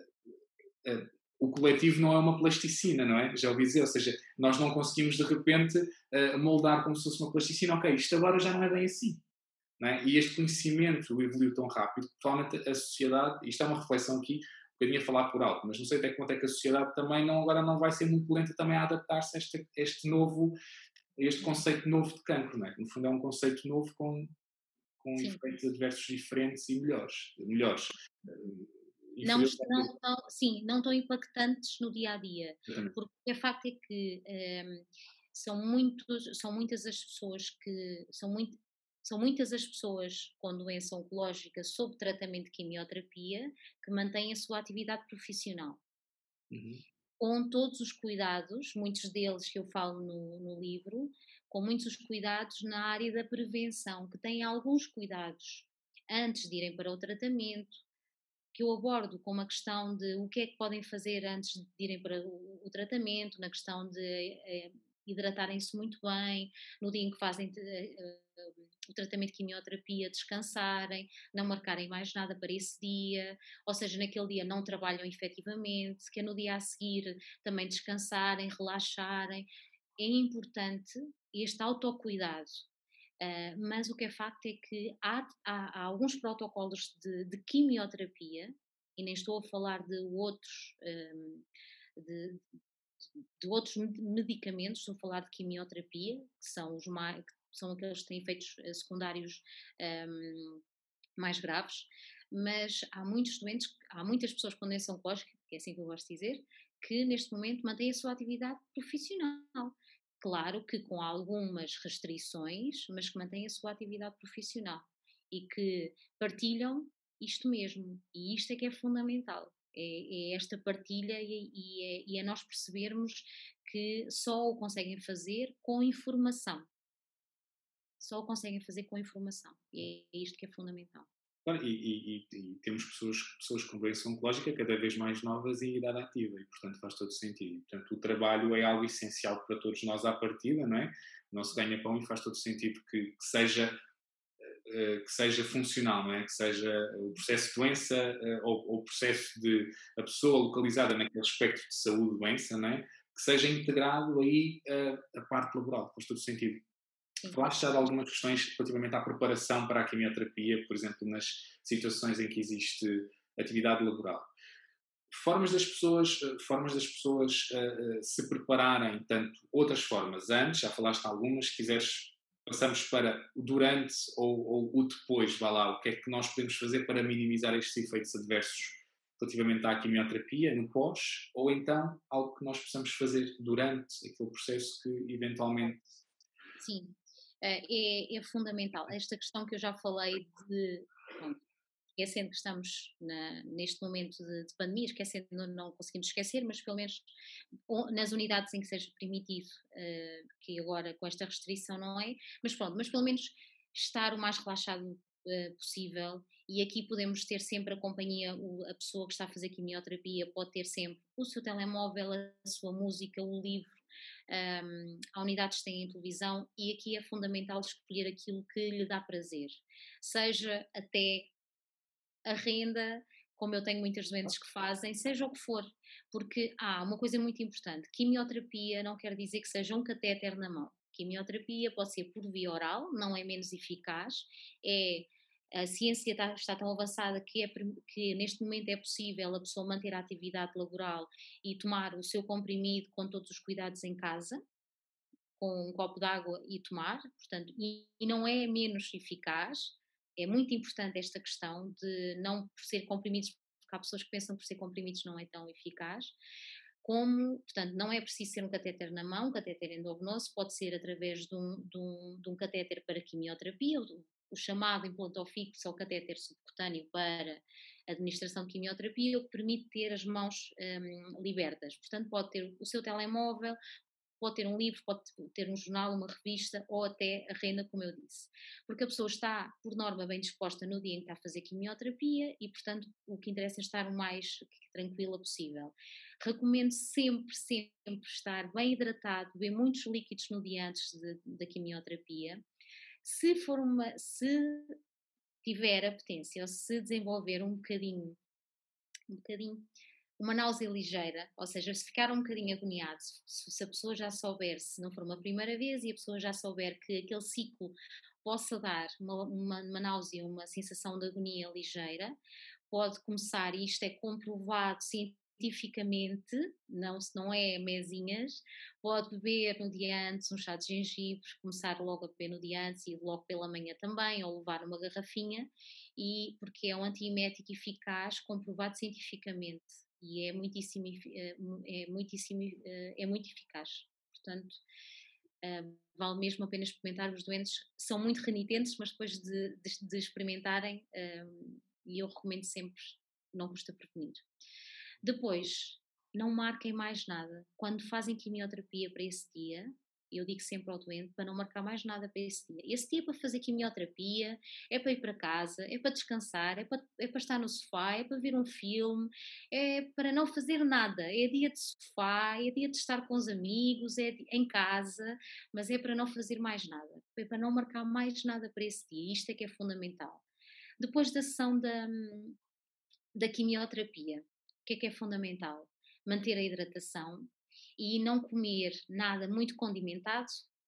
o coletivo não é uma plasticina, não é? Já ouvi dizer, ou seja, nós não conseguimos de repente moldar como se fosse uma plasticina, ok, isto agora já não é bem assim. Não é? E este conhecimento evoluiu tão rápido que provavelmente a sociedade, isto é uma reflexão aqui, um bocadinho a falar por alto, mas não sei até quanto é que a sociedade também agora não vai ser muito lenta também a adaptar-se a este conceito novo de cancro, não é? No fundo é um conceito novo com efeitos adversos diferentes e melhores. Não tão impactantes no dia a dia, porque o facto é que são muitas as pessoas com doença oncológica sob tratamento de quimioterapia que mantêm a sua atividade profissional. Uhum. Com todos os cuidados, muitos deles que eu falo no livro, com muitos os cuidados na área da prevenção, que têm alguns cuidados antes de irem para o tratamento, que eu abordo com uma questão de o que é que podem fazer antes de irem para o tratamento, na questão de hidratarem-se muito bem, no dia em que fazem o tratamento de quimioterapia, descansarem, não marcarem mais nada para esse dia, ou seja, naquele dia não trabalham efetivamente, que é no dia a seguir também descansarem, relaxarem. É importante este autocuidado. Mas o que é facto é que há alguns protocolos de quimioterapia, e nem estou a falar de, de outros medicamentos, estou a falar de quimioterapia, que são que são aqueles que têm efeitos secundários mais graves, mas há muitas pessoas com doença oncológica, que é assim que eu gosto de dizer, que neste momento mantêm a sua atividade profissional. Claro que com algumas restrições, mas que mantêm a sua atividade profissional e que partilham isto mesmo. E isto é que é fundamental. É esta partilha e é nós percebermos que só o conseguem fazer com informação. Só o conseguem fazer com informação. E é isto que é fundamental. E temos pessoas com doença oncológica cada vez mais novas e em idade ativa, e portanto faz todo sentido. E, portanto, o trabalho é algo essencial para todos nós à partida, não é? Não se ganha pão e faz todo sentido que seja que seja funcional, não é? Que seja o processo de doença ou o processo de a pessoa localizada naquele aspecto de saúde-doença, não é? Que seja integrado aí a parte laboral, faz todo sentido. Sim. Falaste já de algumas questões relativamente à preparação para a quimioterapia, por exemplo, nas situações em que existe atividade laboral. Formas das pessoas se prepararem, tanto outras formas antes, já falaste algumas, se quiseres passamos para o durante ou o depois, vá lá, o que é que nós podemos fazer para minimizar estes efeitos adversos relativamente à quimioterapia, no pós, ou então algo que nós possamos fazer durante aquele processo que eventualmente... Sim, é fundamental. Esta questão que eu já falei de, pronto, esquecendo que estamos neste momento de pandemia, esquecendo, não conseguimos esquecer, mas pelo menos nas unidades em que seja permitido, que agora com esta restrição não é, mas pronto, mas pelo menos estar o mais relaxado possível, e aqui podemos ter sempre a companhia, a pessoa que está a fazer quimioterapia pode ter sempre o seu telemóvel, a sua música, o livro. Há unidades que têm televisão e aqui é fundamental escolher aquilo que lhe dá prazer, seja até a renda, como eu tenho muitas doentes que fazem, seja o que for, porque há uma coisa muito importante: quimioterapia não quer dizer que seja um catéter na mão. Quimioterapia pode ser por via oral, não é menos eficaz, é, a ciência está tão avançada que neste momento é possível a pessoa manter a atividade laboral e tomar o seu comprimido com todos os cuidados em casa, com um copo de água e tomar, portanto, e não é menos eficaz. É muito importante esta questão de não por ser comprimidos, porque há pessoas que pensam que por ser comprimidos não é tão eficaz, como, portanto, não é preciso ser um catéter na mão, um catéter endovenoso, pode ser através de um catéter para quimioterapia, o chamado implantofixo ou catéter subcutâneo para administração de quimioterapia, o que permite ter as mãos libertas. Portanto, pode ter o seu telemóvel, pode ter um livro, pode ter um jornal, uma revista ou até a renda, como eu disse. Porque a pessoa está, por norma, bem disposta no dia em que está a fazer quimioterapia e, portanto, o que interessa é estar o mais tranquila possível. Recomendo sempre, sempre estar bem hidratado, beber muitos líquidos no dia antes da quimioterapia. Se tiver apetência ou se desenvolver um bocadinho uma náusea ligeira, ou seja, se ficar um bocadinho agoniado, se a pessoa já souber, se não for uma primeira vez e a pessoa já souber que aquele ciclo possa dar uma náusea, uma sensação de agonia ligeira, pode começar, e isto é comprovado cientificamente, não é mesinhas, pode beber no dia antes um chá de gengibre, começar logo a beber no dia antes e logo pela manhã também, ou levar uma garrafinha, e porque é um antiemético eficaz, comprovado cientificamente, e é muito eficaz. Portanto, vale mesmo a pena experimentar. Os doentes são muito renitentes, mas depois de experimentarem, e eu recomendo sempre, não custa prevenir. Depois, não marquem mais nada. Quando fazem quimioterapia para esse dia, eu digo sempre ao doente para não marcar mais nada para esse dia. Esse dia é para fazer quimioterapia, é para ir para casa, é para descansar, é para estar no sofá, é para ver um filme, é para não fazer nada. É dia de sofá, é dia de estar com os amigos, em casa, mas é para não fazer mais nada. É para não marcar mais nada para esse dia. Isto é que é fundamental. Depois da sessão da quimioterapia, o que é fundamental? Manter a hidratação e não comer nada muito condimentado,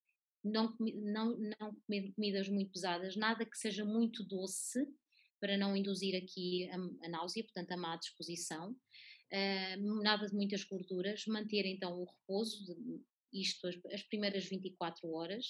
não comer comidas muito pesadas, nada que seja muito doce, para não induzir aqui a náusea, portanto a má disposição, nada de muitas gorduras, manter então o repouso, isto as primeiras 24 horas,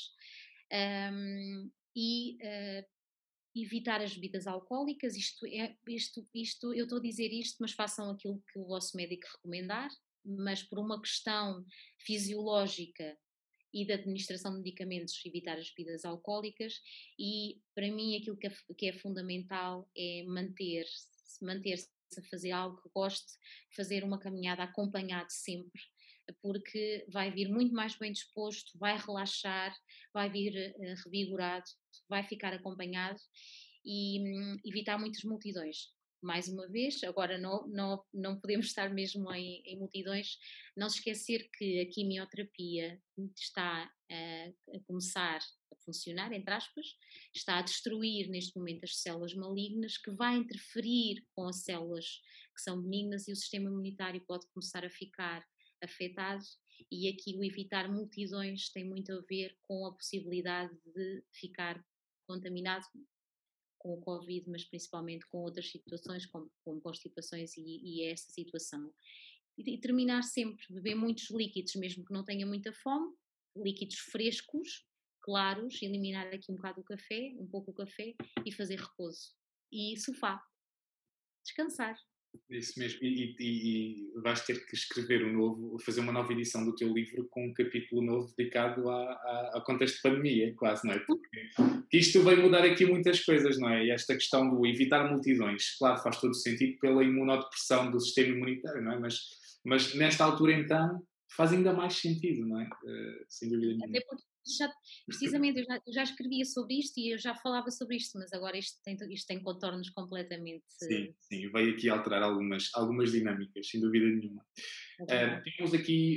e evitar as bebidas alcoólicas. Isto eu estou a dizer isto, mas façam aquilo que o vosso médico recomendar, mas por uma questão fisiológica e da administração de medicamentos, evitar as bebidas alcoólicas. E para mim aquilo que é fundamental é manter-se a fazer algo que goste, fazer uma caminhada acompanhado sempre, porque vai vir muito mais bem disposto, vai relaxar, vai vir revigorado, vai ficar acompanhado, e evitar muitas multidões. mais uma vez, agora não podemos estar mesmo em multidões, não se esquecer que a quimioterapia está a começar a funcionar, entre aspas, está a destruir neste momento as células malignas, que vai interferir com as células que são benignas e o sistema imunitário pode começar a ficar afetado. E aqui o evitar multidões tem muito a ver com a possibilidade de ficar contaminado com o Covid, mas principalmente com outras situações, como constipações e essa situação. E terminar sempre, beber muitos líquidos, mesmo que não tenha muita fome, líquidos frescos, claros, eliminar aqui um bocado o café, um pouco o café, e fazer repouso. E sofá, descansar. Isso mesmo. E vais ter que escrever fazer uma nova edição do teu livro com um capítulo novo dedicado ao contexto de pandemia, quase, não é? Porque isto vai mudar aqui muitas coisas, não é? E esta questão do evitar multidões, claro, faz todo o sentido pela imunodepressão do sistema imunitário, não é? Mas nesta altura, então, faz ainda mais sentido, não é? Sem dúvida nenhuma. Até porque precisamente eu já escrevia sobre isto e eu já falava sobre isto, mas agora isto tem contornos completamente. Sim, veio aqui alterar algumas dinâmicas, sem dúvida nenhuma. Temos aqui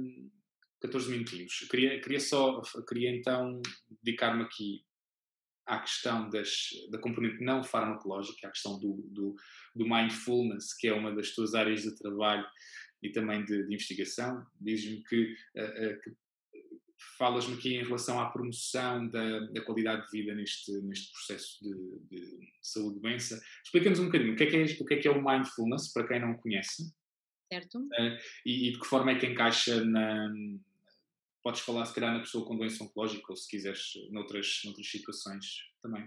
14 minutinhos. Queria então dedicar-me aqui à questão da componente não farmacológica, à questão do mindfulness, que é uma das tuas áreas de trabalho e também de investigação. Dizes-me que falas-me aqui em relação à promoção da qualidade de vida neste processo de saúde-doença. Explica-nos um bocadinho o que é o mindfulness, para quem não conhece, Certo? e de que forma é que encaixa Podes falar, se calhar, na pessoa com doença oncológica ou, se quiseres, noutras situações também.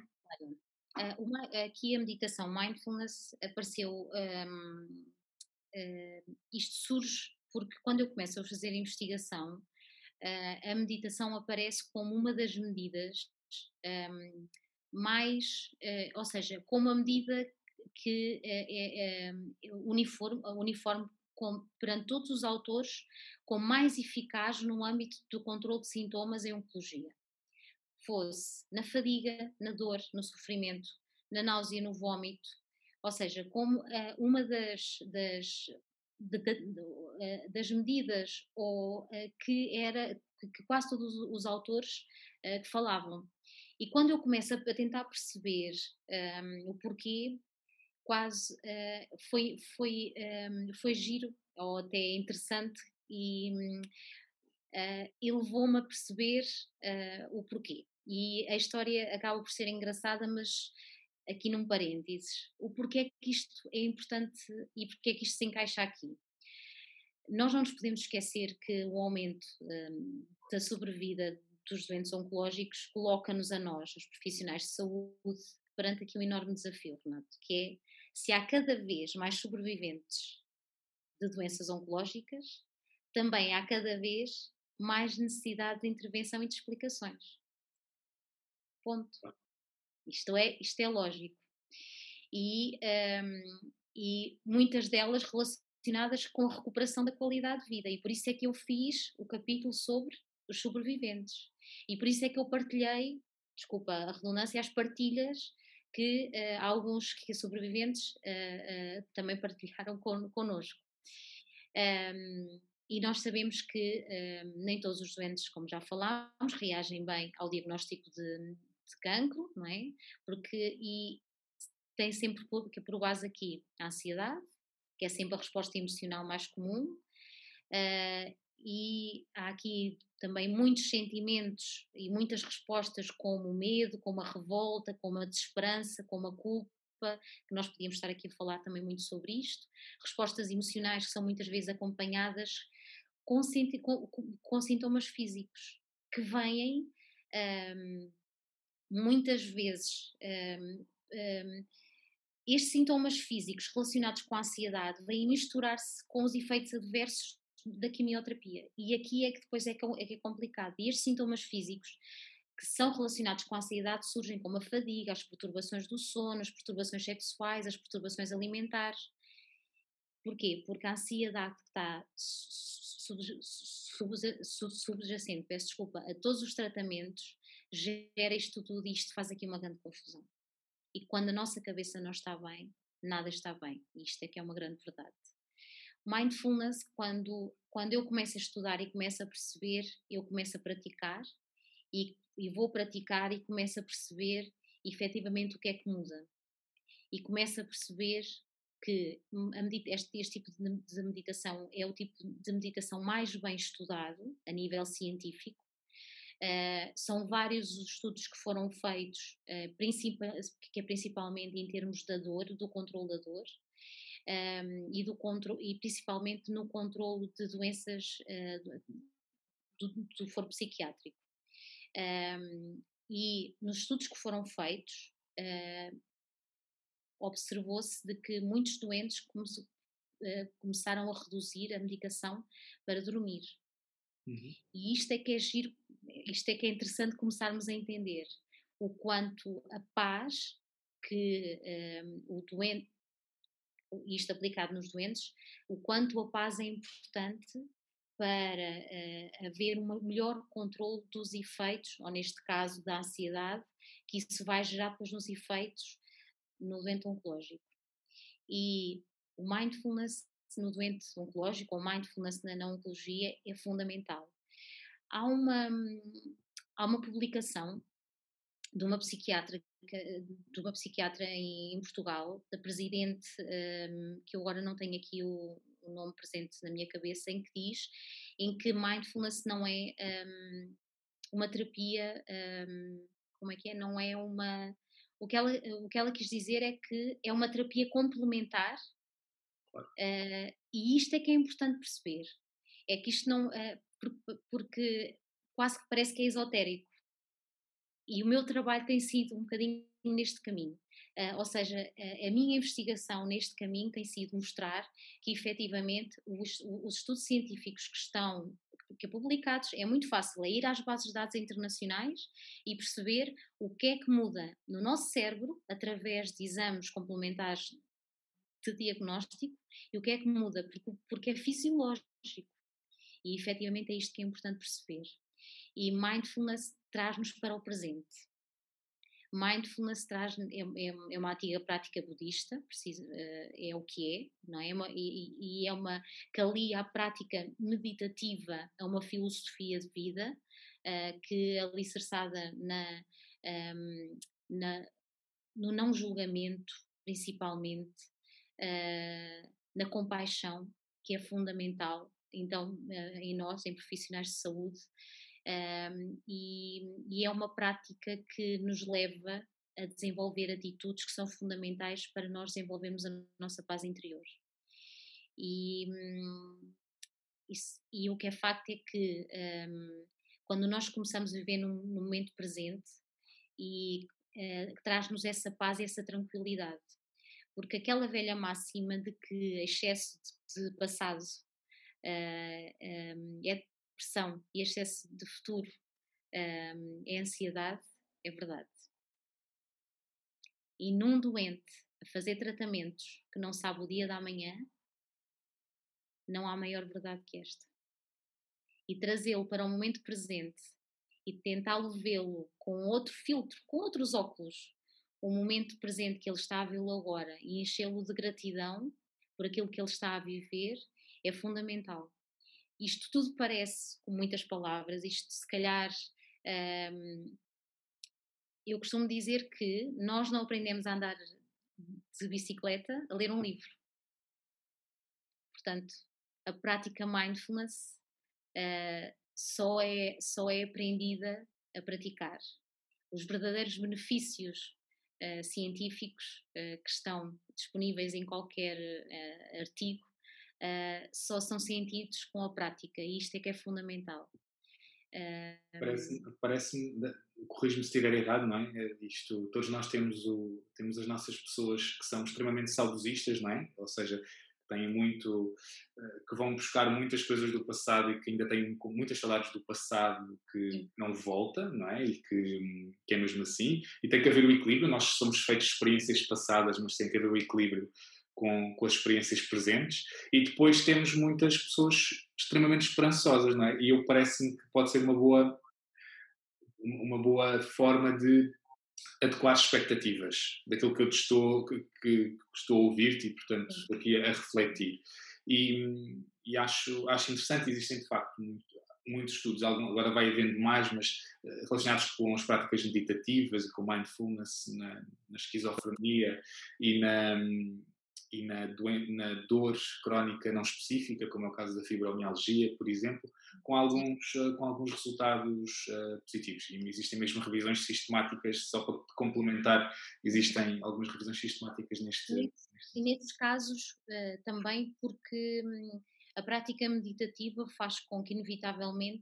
Aqui a meditação mindfulness apareceu. Isto surge porque quando eu começo a fazer a investigação, a meditação aparece como uma das medidas mais, ou seja, como a medida que é uniforme perante todos os autores, como mais eficaz no âmbito do controle de sintomas em oncologia. Fosse na fadiga, na dor, no sofrimento, na náusea, no vómito, ou seja, como uma das medidas que quase todos os autores que falavam. E quando eu começo a tentar perceber o porquê, quase foi giro ou até interessante e levou-me a perceber o porquê. E a história acaba por ser engraçada, mas aqui num parênteses, o porquê é que isto é importante e porquê é que isto se encaixa aqui. Nós não nos podemos esquecer que o aumento da sobrevida dos doentes oncológicos coloca-nos a nós, os profissionais de saúde, perante aqui um enorme desafio, Renato, que é se há cada vez mais sobreviventes de doenças oncológicas, também há cada vez mais necessidade de intervenção e de explicações. Ponto. Isto é lógico. E muitas delas relacionadas com a recuperação da qualidade de vida. E por isso é que eu fiz o capítulo sobre os sobreviventes. E por isso é que eu partilhei, desculpa a redundância, as partilhas que alguns que sobreviventes também partilharam connosco. E nós sabemos que nem todos os doentes, como já falámos, reagem bem ao diagnóstico de cancro, não é? E tem sempre por base aqui a ansiedade, que é sempre a resposta emocional mais comum, e há aqui também muitos sentimentos e muitas respostas como o medo, como a revolta, como a desesperança, como a culpa, que nós podíamos estar aqui a falar também muito sobre isto, respostas emocionais que são muitas vezes acompanhadas com sintomas físicos, que vêm muitas vezes estes sintomas físicos relacionados com a ansiedade vêm misturar-se com os efeitos adversos da quimioterapia. E aqui é que depois é que é complicado. E estes sintomas físicos que são relacionados com a ansiedade surgem como a fadiga, as perturbações do sono, as perturbações sexuais, as perturbações alimentares. Porquê? Porque a ansiedade que está subjacente, peço desculpa, a todos os tratamentos, gera isto tudo e isto faz aqui uma grande confusão. E quando a nossa cabeça não está bem, nada está bem. Isto é que é uma grande verdade. Mindfulness, quando eu começo a estudar e começo a perceber, eu começo a praticar e vou praticar e começo a perceber efetivamente o que é que muda. E começo a perceber que este tipo de meditação é o tipo de meditação mais bem estudado a nível científico. São vários os estudos que foram feitos, que é principalmente em termos da dor, do controle da dor, e principalmente no controle de doenças do foro psiquiátrico. E nos estudos que foram feitos, observou-se de que muitos doentes começaram a reduzir a medicação para dormir. Uhum. E isto é que é giro, isto é que é interessante começarmos a entender o quanto a paz que o doente, isto aplicado nos doentes, o quanto a paz é importante para haver um melhor controle dos efeitos, ou neste caso da ansiedade, que isso vai gerar depois nos efeitos no doente oncológico. E o mindfulness no doente oncológico, ou mindfulness na oncologia, é fundamental. Há uma publicação de uma psiquiatra em Portugal, da presidente, que eu agora não tenho aqui o nome presente na minha cabeça, em que mindfulness não é uma terapia, como é que é? Não é uma. O que ela quis dizer é que é uma terapia complementar, Claro. e isto é que é importante perceber. É que isto não. Porque quase que parece que é esotérico. E o meu trabalho tem sido um bocadinho neste caminho. Ou seja, a minha investigação neste caminho tem sido mostrar que efetivamente os estudos científicos que publicados, é muito fácil, é ir às bases de dados internacionais e perceber o que é que muda no nosso cérebro através de exames complementares de diagnóstico e o que é que muda, porque é fisiológico. E efetivamente é isto que é importante perceber. E mindfulness traz-nos para o presente. Mindfulness é uma antiga prática budista, é o que é, não é? E é uma que alia a prática meditativa a uma filosofia de vida, que é alicerçada no não julgamento, principalmente, na compaixão, que é fundamental, então, em nós, em profissionais de saúde, e é uma prática que nos leva a desenvolver atitudes que são fundamentais para nós desenvolvermos a nossa paz interior. E, e o que é facto é que quando nós começamos a viver no momento presente, e traz-nos essa paz e essa tranquilidade, porque aquela velha máxima de que excesso de passado é depressão e excesso de futuro é ansiedade, é verdade. E num doente a fazer tratamentos que não sabe o dia da manhã, não há maior verdade que esta. E trazê-lo para o momento presente e tentá-lo vê-lo com outro filtro, com outros óculos, o momento presente que ele está a vê-lo agora, e enchê-lo de gratidão por aquilo que ele está a viver, é fundamental. Isto tudo parece, com muitas palavras, isto se calhar, eu costumo dizer que nós não aprendemos a andar de bicicleta a ler um livro. Portanto, a prática mindfulness só é aprendida a praticar. Os verdadeiros benefícios científicos que estão disponíveis em qualquer artigo só são sentidos com a prática, e isto é que é fundamental. Parece-me, corrijo-me se estiver errado, não é? Isto, todos nós temos as nossas pessoas que são extremamente saudosistas, não é? Ou seja, têm muito, que vão buscar muitas coisas do passado e que ainda têm muitas saudades do passado que não volta, não é? E que é mesmo assim. E tem que haver o equilíbrio. Nós somos feitos de experiências passadas, mas tem que haver o equilíbrio com as experiências presentes. E depois temos muitas pessoas extremamente esperançosas, não é? E eu parece-me que pode ser uma boa forma de adequar expectativas daquilo que eu te que estou a ouvir-te e, portanto, aqui a refletir. E acho interessante, existem de facto muitos estudos, agora vai havendo mais, mas relacionados com as práticas meditativas e com mindfulness na esquizofrenia e na dor crónica não específica, como é o caso da fibromialgia, por exemplo, com alguns resultados positivos. E existem mesmo revisões sistemáticas, só para complementar, existem algumas revisões sistemáticas neste. E nesses casos, também porque a prática meditativa faz com que, inevitavelmente,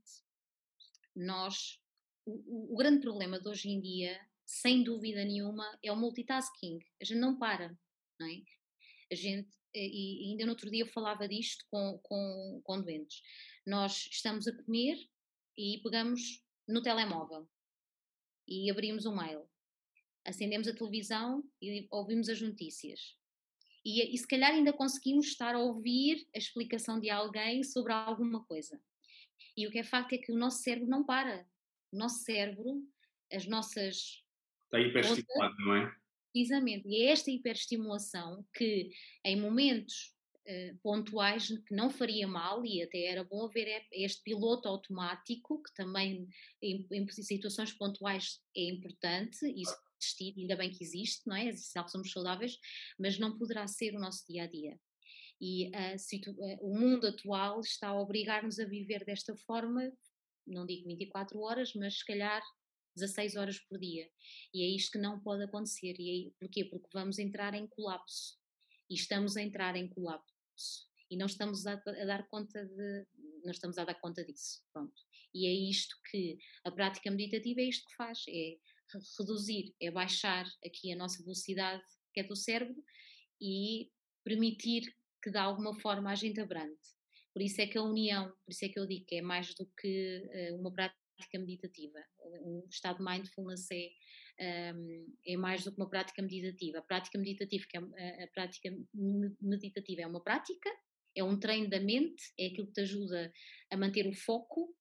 nós. O grande problema de hoje em dia, sem dúvida nenhuma, é o multitasking. A gente não para, não é? A gente, e ainda no outro dia eu falava disto com doentes. Nós estamos a comer e pegamos no telemóvel e abrimos um mail, acendemos a televisão e ouvimos as notícias. E se calhar ainda conseguimos estar a ouvir a explicação de alguém sobre alguma coisa. E o que é facto é que o nosso cérebro não para. O nosso cérebro, as nossas Está hiperestimulado, não é? precisamente, e é esta hiperestimulação que em momentos pontuais que não faria mal e até era bom haver este piloto automático que também em situações pontuais é importante existir, ainda bem que existe, não é? É essencial que somos saudáveis, mas não poderá ser o nosso dia a dia. E o mundo atual está a obrigar-nos a viver desta forma, não digo 24 horas, mas se calhar 16 horas por dia. E é isto que não pode acontecer. Porquê? Porque vamos entrar em colapso. E estamos a entrar em colapso. E não estamos a dar conta não estamos a dar conta disso. Pronto. E é isto que a prática meditativa é isto que faz. É reduzir, é baixar aqui a nossa velocidade, que é do cérebro, e permitir que de alguma forma a gente abrande. Por isso é que a união, por isso é que eu digo que é mais do que uma prática meditativa. Um estado de mindfulness é mais do que uma prática meditativa. A prática meditativa, a prática meditativa é uma prática, é um treino da mente, é aquilo que te ajuda a manter o foco,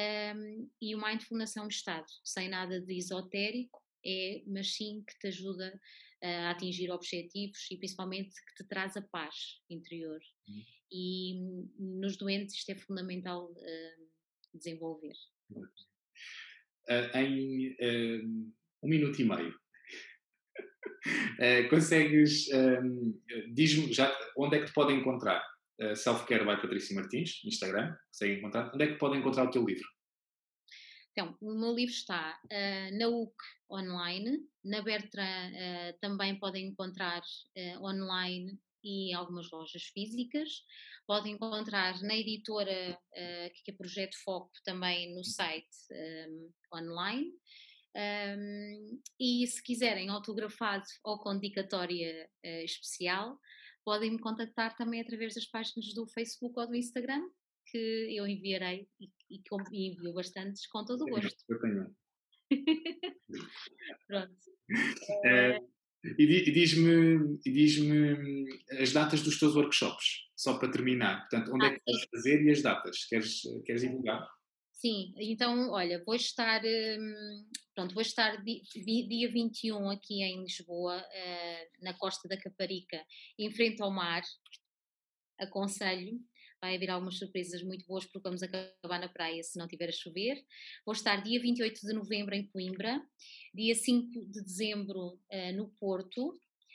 e o mindfulness é um estado, sem nada de esotérico, mas sim que te ajuda a atingir objetivos e principalmente que te traz a paz interior. E nos doentes isto é fundamental desenvolver. Em 1 minuto e meio, consegues, diz-me já onde é que te podem encontrar? Self-Care by Patrícia Martins, Instagram, conseguem encontrar. Onde é que podem encontrar o teu livro? Então, o meu livro está na UC online, na Bertrand também podem encontrar online e algumas lojas físicas. Podem encontrar na editora, que é Projeto Foco, também no site online. E se quiserem autografado ou com dedicatória especial, podem me contactar também através das páginas do Facebook ou do Instagram, que eu enviarei e envio bastantes com todo o gosto. Eu tenho. Pronto. E diz-me as datas dos teus workshops, só para terminar. Portanto, onde é que vais fazer e as datas? Queres divulgar? Sim, então, olha, vou estar dia 21 aqui em Lisboa, na Costa da Caparica, em frente ao mar. Aconselho, vai haver algumas surpresas muito boas porque vamos acabar na praia se não tiver a chover. Vou estar dia 28 de novembro em Coimbra, dia 5 de dezembro no Porto,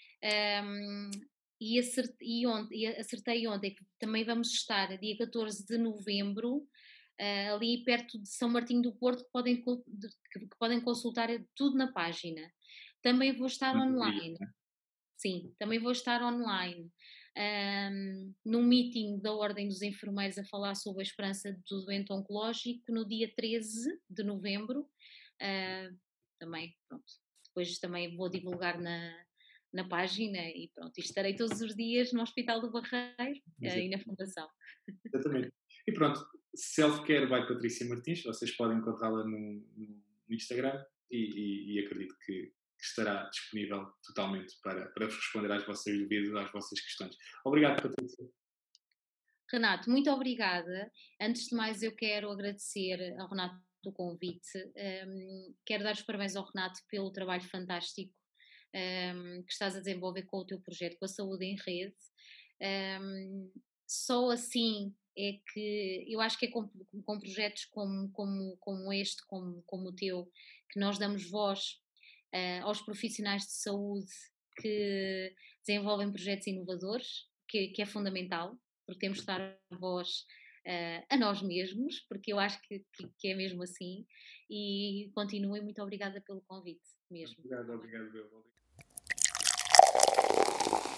e acertei ontem que também vamos estar dia 14 de novembro ali perto de São Martinho do Porto, que podem consultar tudo na página. Também vou estar online. Sim, também vou estar online num meeting da Ordem dos Enfermeiros a falar sobre a esperança do doente oncológico no dia 13 de novembro. Também, pronto. Depois também vou divulgar na página e pronto. E estarei todos os dias no Hospital do Barreiro e na Fundação. Exatamente. E pronto, Self-Care by Patrícia Martins, vocês podem encontrá-la no Instagram e acredito que estará disponível totalmente para vos responder às vossas dúvidas, às vossas questões. Obrigado, Patrícia. Renato, muito obrigada. Antes de mais, eu quero agradecer ao Renato do convite. Quero dar os parabéns ao Renato pelo trabalho fantástico que estás a desenvolver com o teu projeto, com a Saúde em Rede. Só assim é que eu acho que é com projetos como este, como o teu, que nós damos voz aos profissionais de saúde que desenvolvem projetos inovadores, que é fundamental, porque temos de dar voz a nós mesmos, porque eu acho que é mesmo assim. E continuo e muito obrigada pelo convite mesmo. Obrigado, obrigado, Bel.